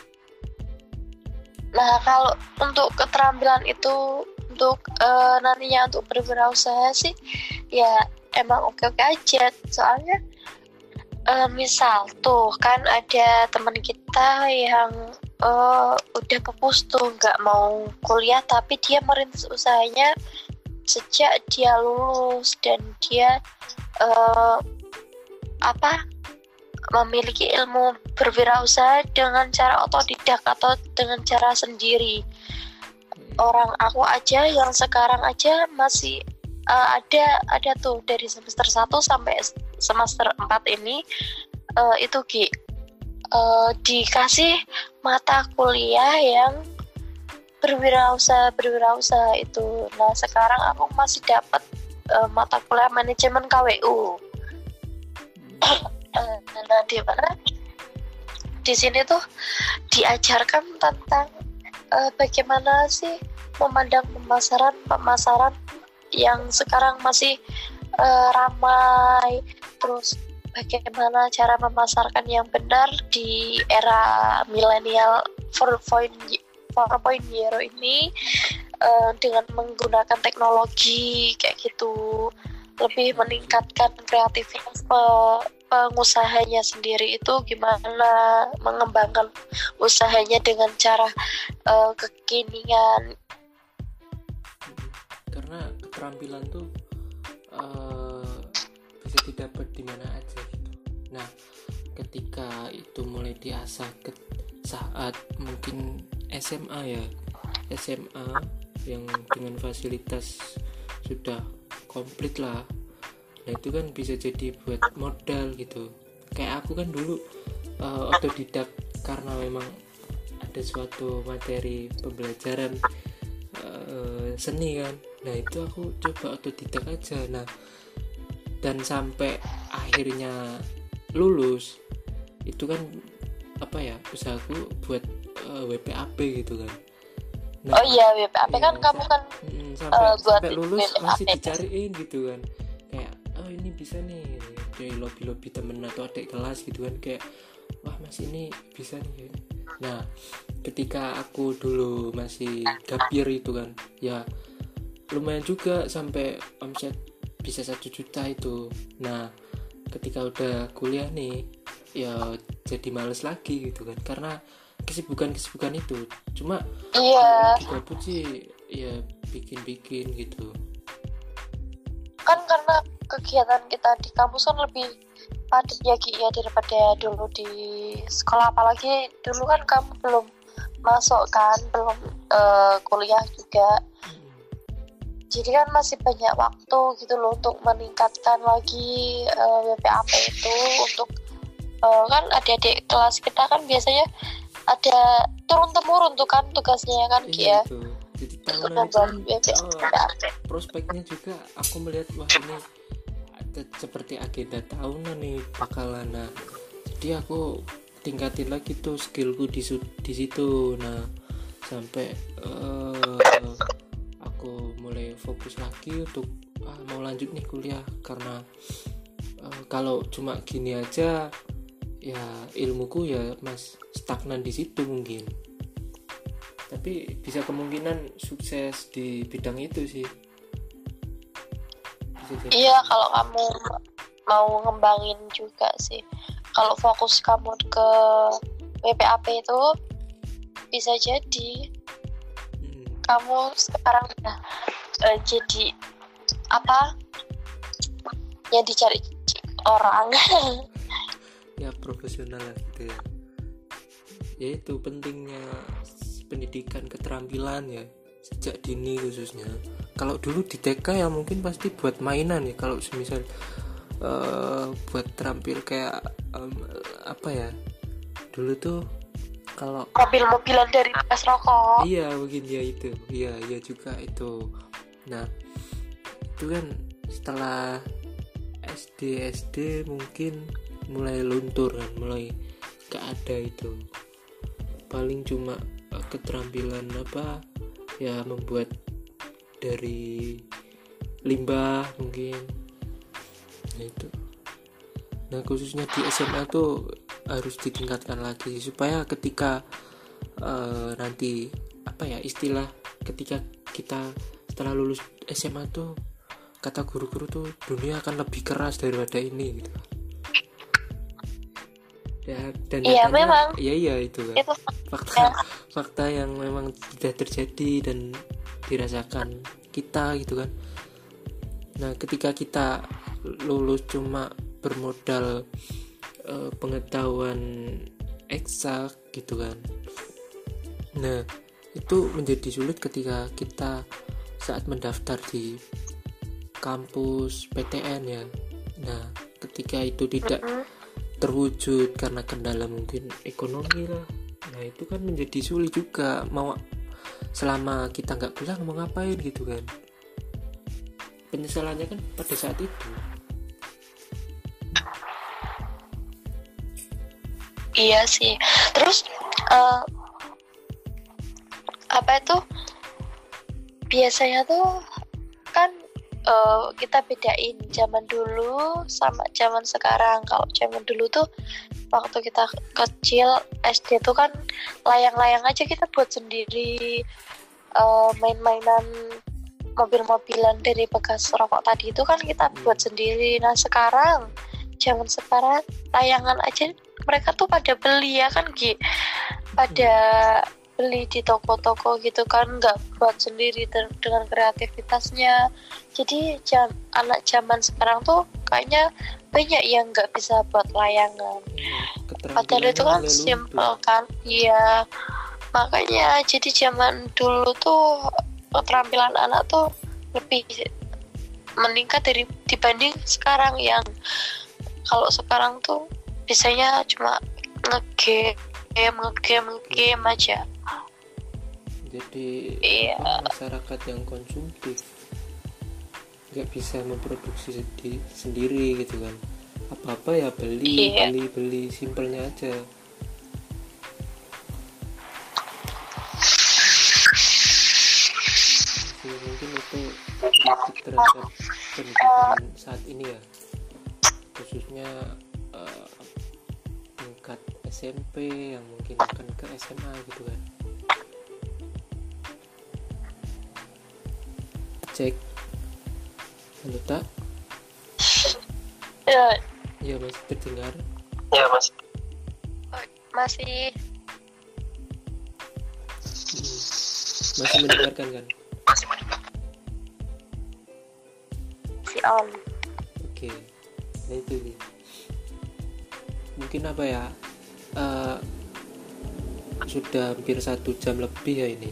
Nah kalau untuk keterampilan itu untuk uh, nantinya untuk berwirausaha sih, ya emang oke-oke aja. Soalnya uh, misal tuh kan ada teman kita yang uh, udah pupus tuh nggak mau kuliah, tapi dia merintis usahanya sejak dia lulus, dan dia uh, apa memiliki ilmu berwirausaha dengan cara otodidak atau dengan cara sendiri. Orang aku aja yang sekarang aja masih uh, ada ada tuh dari semester satu sampai semester empat ini uh, itu Ki uh, dikasih mata kuliah yang berwirausaha berwirausaha itu. Nah sekarang aku masih dapat uh, mata kuliah manajemen K W U. Nah di mana di sini tuh diajarkan tentang uh, bagaimana sih memandang pemasaran pemasaran yang sekarang masih uh, ramai, terus bagaimana cara memasarkan yang benar di era milenial empat titik nol ini uh, dengan menggunakan teknologi kayak gitu, lebih meningkatkan kreativitas pe- pengusahanya sendiri itu gimana mengembangkan usahanya dengan cara uh, kekinian. Karena keterampilan tuh uh, bisa didapat di mana aja gitu. Nah, ketika itu mulai diasah ke saat mungkin S M A ya, S M A yang dengan fasilitas sudah komplit lah. Nah itu kan bisa jadi buat modal gitu. Kayak aku kan dulu uh, otodidak karena memang ada suatu materi pembelajaran uh, seni kan. Nah itu aku coba otodidak aja. Nah dan sampai akhirnya lulus itu kan apa ya, usahaku buat uh, W P A P gitu kan. Nah, oh iya W P A P ya, kan kamu kan mm, sampai, uh, buat sampai lulus W P A P masih dicariin gitu kan, kayak oh ini bisa nih dari lobby-lobby temen atau adik kelas gitu kan, kayak wah mas ini bisa nih. Nah ketika aku dulu masih gapir itu kan ya lumayan juga sampai omset bisa satu juta itu. Nah ketika udah kuliah nih ya jadi males lagi gitu kan karena kesibukan-kesibukan itu. Cuma Iya. kalau gabut sih ya bikin-bikin gitu. Kan karena kegiatan kita di kampus kan lebih padat ya Ki ya daripada dulu di sekolah, apalagi dulu kan kamu belum masuk kan, belum uh, kuliah juga. Jadi kan masih banyak waktu gitu loh untuk meningkatkan lagi uh, B P A P itu untuk uh, kan adik-adik kelas kita kan biasanya ada turun temurun tuh kan tugasnya kan Ki ya. Itu. Jadi untuk tahunan kan B P A P. oh, prospeknya juga aku melihat wah ini ada seperti agenda tahunan nih bakalan. Nah jadi aku tingkatin lagi tuh skillku di di situ. Nah sampai uh, aku mulai fokus lagi untuk ah, mau lanjut nih kuliah karena uh, kalau cuma gini aja ya ilmuku ya mas stagnan di situ mungkin. Tapi bisa kemungkinan sukses di bidang itu sih. Iya kalau kamu mau ngembangin juga sih. Kalau fokus kamu ke B P A P itu bisa jadi hmm. kamu sekarang udah uh, jadi apa yang dicari orang. Ya profesional lah gitu ya. Ya itu pentingnya pendidikan keterampilan ya sejak dini khususnya. Kalau dulu di T K ya mungkin pasti buat mainan ya. Kalau semisal uh, buat terampil kayak um, apa ya dulu tuh kalau mobil-mobilan dari bekas rokok. Iya mungkin ya itu. Iya iya juga itu. Nah itu kan setelah S D S D mungkin mulai luntur kan, mulai gak ada itu. Paling cuma keterampilan apa ya membuat dari limbah mungkin. Nah itu. Nah khususnya di S M A tuh harus ditingkatkan lagi supaya ketika uh, nanti apa ya istilah ketika kita setelah lulus S M A tuh kata guru-guru tuh dunia akan lebih keras daripada ini gitu. Ya, dan iya nyatanya, memang iya iya itu kan itu fakta ya. fakta yang memang sudah terjadi dan dirasakan kita gitu kan. Nah ketika kita lulus cuma bermodal uh, pengetahuan eksak gitu kan, nah itu menjadi sulit ketika kita saat mendaftar di kampus P T N ya. Nah ketika itu tidak mm-hmm. terwujud karena kendala mungkin ekonomi lah. Nah itu kan menjadi sulit juga mau selama kita nggak kuliah mau ngapain gitu kan. Penyesalannya kan pada saat itu. Iya sih. Terus uh, apa itu biasanya tuh kan Uh, kita bedain zaman dulu sama zaman sekarang. Kalau zaman dulu tuh waktu kita kecil S D tuh kan layang-layang aja kita buat sendiri, uh, main-mainan mobil-mobilan dari bekas rokok tadi itu kan kita buat sendiri. Nah sekarang zaman sekarang layangan aja mereka tuh pada beli ya kan Gi, pada beli di toko-toko gitu kan, nggak buat sendiri ter- dengan kreativitasnya. Jadi jam, anak zaman sekarang tuh kayaknya banyak yang nggak bisa buat layangan. Padahal itu kan simple kan, iya. Makanya jadi zaman dulu tuh keterampilan anak tuh lebih meningkat dari dibanding sekarang yang kalau sekarang tuh biasanya cuma ngegame ngegame ngegame aja. Jadi iya. Masyarakat yang konsumtif nggak bisa memproduksi sedi- sendiri gitu kan, apa-apa ya beli iya. beli beli simpelnya aja. Jadi mungkin itu kritik terhadap pendidikan saat ini ya, khususnya uh, tingkat S M P yang mungkin akan ke S M A gitu kan. Cek. Halo tak? Ya, Iya masih terdengar. Ya mas. masih Hmm. Masih mendengarkan kan? Masih mendengar. si on. Oke. Nah itu sih. Mungkin apa ya? Eh, sudah hampir satu jam lebih ya ini.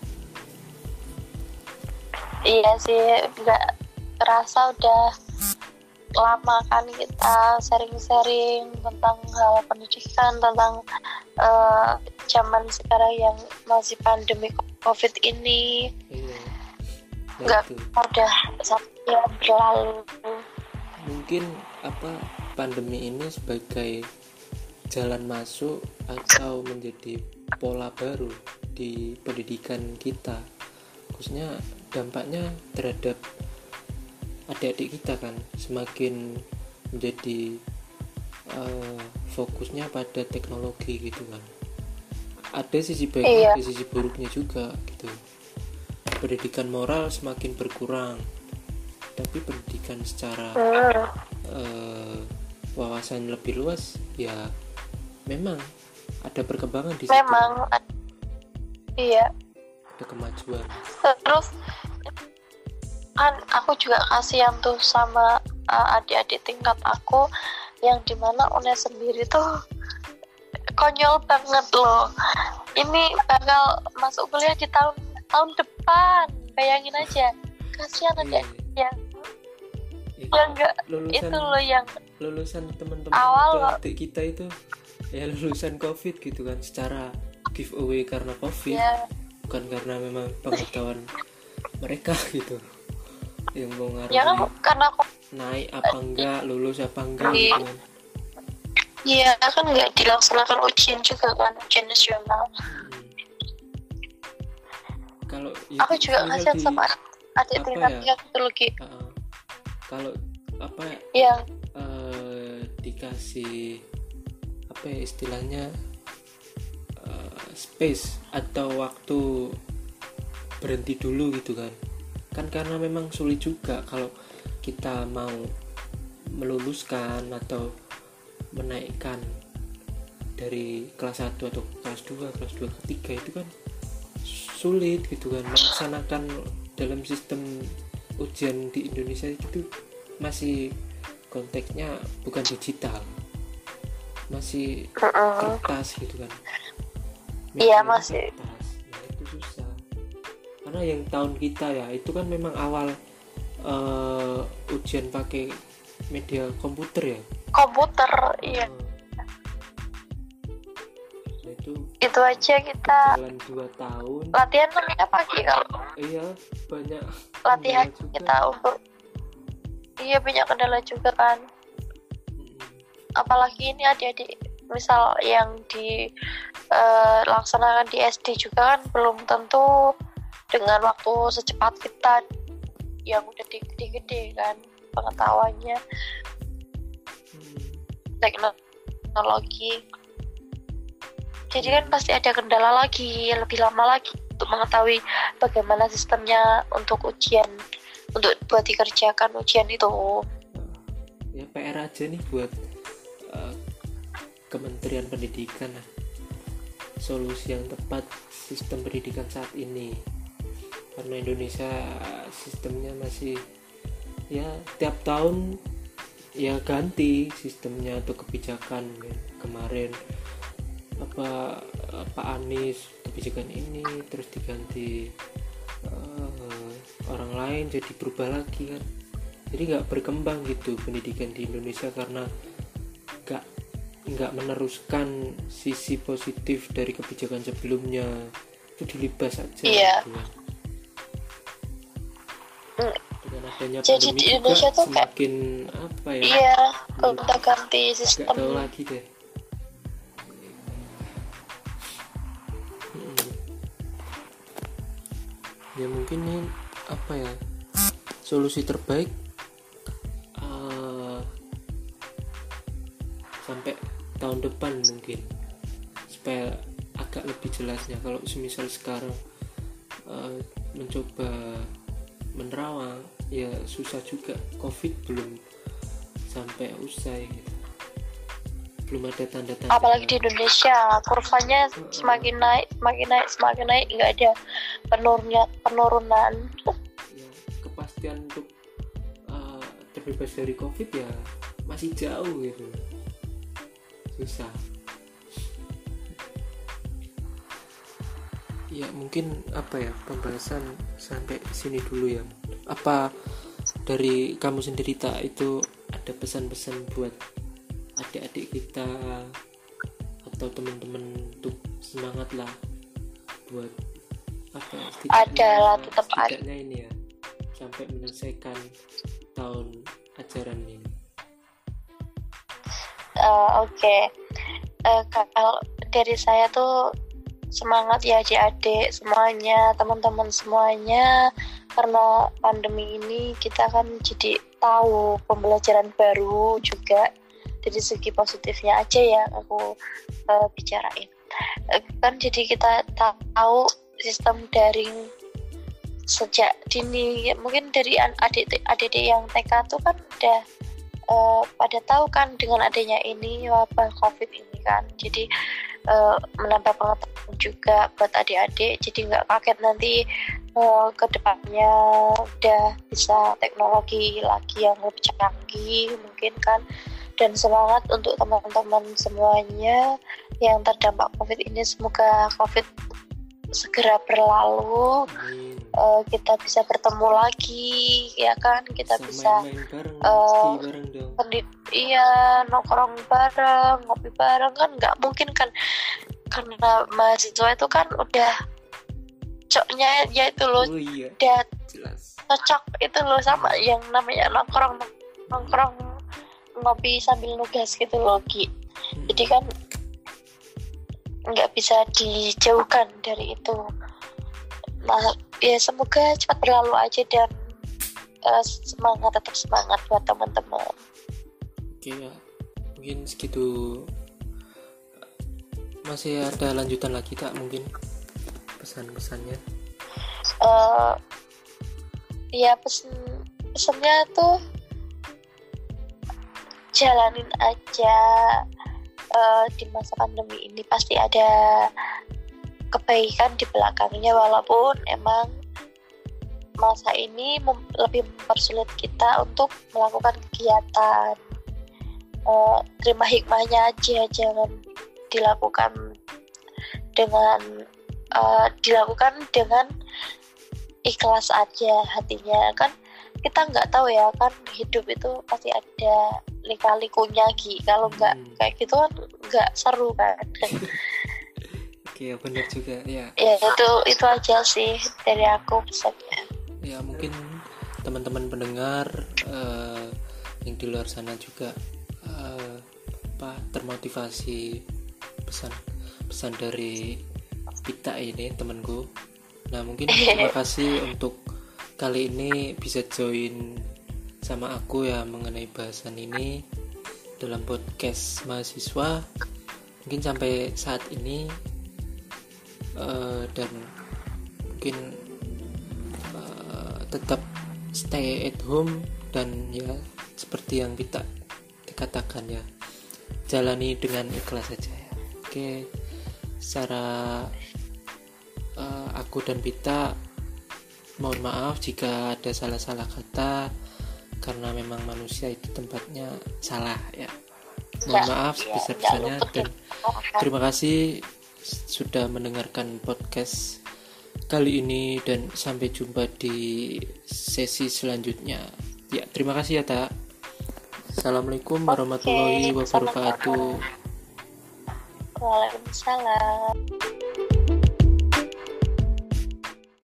Iya sih, nggak terasa udah lama kan kita sharing-sharing tentang hal pendidikan, tentang uh, zaman sekarang yang masih pandemi COVID ini. Iya. Nah, Nggak itu. udah satu jam berlalu. Mungkin apa pandemi ini sebagai jalan masuk atau menjadi pola baru di pendidikan kita, khususnya dampaknya terhadap adik-adik kita kan, semakin menjadi uh, fokusnya pada teknologi gitu kan. Ada sisi baiknya, Iya. ada sisi buruknya juga gitu. Pendidikan moral semakin berkurang, tapi pendidikan secara Hmm, uh, wawasan lebih luas ya memang ada perkembangan di situ, memang iya. ada kemajuan. Terus kan aku juga kasihan tuh sama uh, adik-adik tingkat aku yang dimana UNES sendiri tuh konyol banget loh. Ini bakal masuk kuliah di tahun tahun depan, bayangin aja. Kasihan adik yang Eh, yang enggak lulusan itu loh yang lulusan teman-teman Awal- adik kita itu ya lulusan COVID gitu kan, secara giveaway karena COVID, ya bukan karena memang pengetahuan mereka gitu yang mau ya kan ngaruhi karena aku naik apa enggak, lulus apa enggak Iya. gitu kan. ya kan nggak dilaksanakan ujian juga kan, ujian nasional. Mm-mm. Kalau ya, Aku juga misal kasihan di- sama adik apa tingkat ya? tingkat itu lagi uh-uh. kalau apa yang uh, dikasih apa ya istilahnya uh, space atau waktu berhenti dulu gitu kan kan karena memang sulit juga kalau kita mau meluluskan atau menaikkan dari kelas satu atau kelas dua, kelas dua ke tiga itu kan sulit gitu kan, melaksanakan dalam sistem ujian di Indonesia itu masih konteksnya bukan digital, masih Mm-mm. kertas gitu kan. Iya, Medianya masih. kertas. Nah itu susah karena yang tahun kita ya itu kan memang awal uh, ujian pakai media komputer ya. komputer. Iya, Uh, nah itu itu aja kita jalan dua tahun. latihan namanya pagi kalau Iya banyak latihan kendala juga. kita untuk iya banyak kendala juga kan, Mm-mm. apalagi ini adik-adik misal yang dilaksanakan di S D juga kan belum tentu dengan waktu secepat kita yang udah gede-gede kan pengetahuannya Hmm. teknologi. Jadi kan pasti ada kendala lagi, lebih lama lagi untuk mengetahui bagaimana sistemnya untuk ujian, untuk buat dikerjakan ujian itu. Ya P R aja nih buat uh, Kementerian Pendidikan lah, solusi yang tepat sistem pendidikan saat ini, karena Indonesia sistemnya masih ya tiap tahun ya ganti sistemnya atau kebijakan ya. Kemarin apa Pak Anies kebijakan ini terus diganti uh, orang lain jadi berubah lagi kan, jadi nggak berkembang gitu pendidikan di Indonesia karena nggak nggak meneruskan sisi positif dari kebijakan sebelumnya, itu dilibas aja Iya. gitu kan. Mm. Dengan adanya Jadi pandemi di juga Indonesia tuh kayak- semakin apa ya, Iya, kalau kita ganti nggak sistem. tahu lagi deh. Mm-mm. Ya mungkin ini apa ya solusi terbaik uh, sampai tahun depan mungkin supaya agak lebih jelasnya. Kalau semisal sekarang uh, mencoba menerawang ya susah juga. Covid belum sampai usai gitu. Belum ada tanda-tanda. Apalagi di Indonesia kurvanya semakin naik, semakin naik, semakin naik, nggak ada penurunan. penurunan. Ya, kepastian untuk uh, terbebas dari Covid ya masih jauh gitu, susah. Ya mungkin apa ya, pembahasan sampai sini dulu ya. Apa dari kamu sendiri tak itu ada pesan-pesan buat adik-adik kita atau teman-teman untuk semangat lah buat apa ada lah, tetap setidaknya ini ya sampai menyelesaikan tahun ajaran ini. Uh, Oke, okay. uh, kalau dari saya tuh semangat ya adik-adik semuanya, teman-teman semuanya, karena pandemi ini kita kan jadi tahu pembelajaran baru juga. Dari segi positifnya aja ya aku uh, bicarain. Uh, kan jadi kita tahu sistem daring sejak dini. Mungkin dari adik-adik yang T K tuh kan udah uh, pada tahu kan dengan adanya ini wabah Covid ini kan. Jadi uh, menambah pengetahuan juga buat adik-adik. Jadi nggak kaget nanti uh, ke depannya udah bisa teknologi lagi yang lebih canggih mungkin kan. Dan semangat untuk teman-teman semuanya yang terdampak Covid ini, semoga Covid segera berlalu. Uh, kita bisa bertemu lagi ya kan, kita bisa bisa main bareng, uh, bareng dong. Pendid- iya nongkrong bareng, ngopi bareng kan nggak mungkin kan, karena mahasiswa itu kan udah cocoknya ya itu loh. Oh iya, udah jelas cocok itu loh sama yang namanya nongkrong nongkrong ngopi sambil nugas gitu loh Ki. hmm. Jadi kan nggak bisa dijauhkan dari itu. Nah ya semoga cepat berlalu aja dan uh, semangat, tetap semangat buat teman-teman. Oke ya, mungkin segitu. Masih ada lanjutan lagi tak mungkin pesan-pesannya? Uh, ya pesen pesannya tuh jalanin aja. Uh, di masa pandemi ini pasti ada kebaikan di belakangnya, walaupun emang masa ini mem- lebih mempersulit kita untuk melakukan kegiatan. Uh, terima hikmahnya aja, jangan dilakukan dengan uh, dilakukan dengan ikhlas aja hatinya kan. Kita nggak tahu ya kan, hidup itu pasti ada lika-likunya Ki. Kalau nggak hmm. kayak gitu kan nggak seru kan. Oke, benar juga ya. Ya itu itu aja sih dari aku pesannya. Ya mungkin teman-teman pendengar uh, yang di luar sana juga uh, apa termotivasi pesan pesan dari Pita ini temanku. Nah mungkin terima kasih untuk kali ini bisa join sama aku ya mengenai bahasan ini dalam podcast mahasiswa. Mungkin sampai saat ini uh, dan mungkin uh, tetap stay at home dan ya seperti yang kita dikatakan ya, jalani dengan ikhlas saja ya. Oke, secara uh, aku dan Pita mohon maaf jika ada salah-salah kata, karena memang manusia itu tempatnya salah ya. Mohon ya, maaf sebesar-besarnya ya, dan terima kasih sudah mendengarkan podcast kali ini dan sampai jumpa di sesi selanjutnya. Ya, terima kasih ya Tak. Assalamualaikum warahmatullahi wabarakatuh. Waalaikumsalam.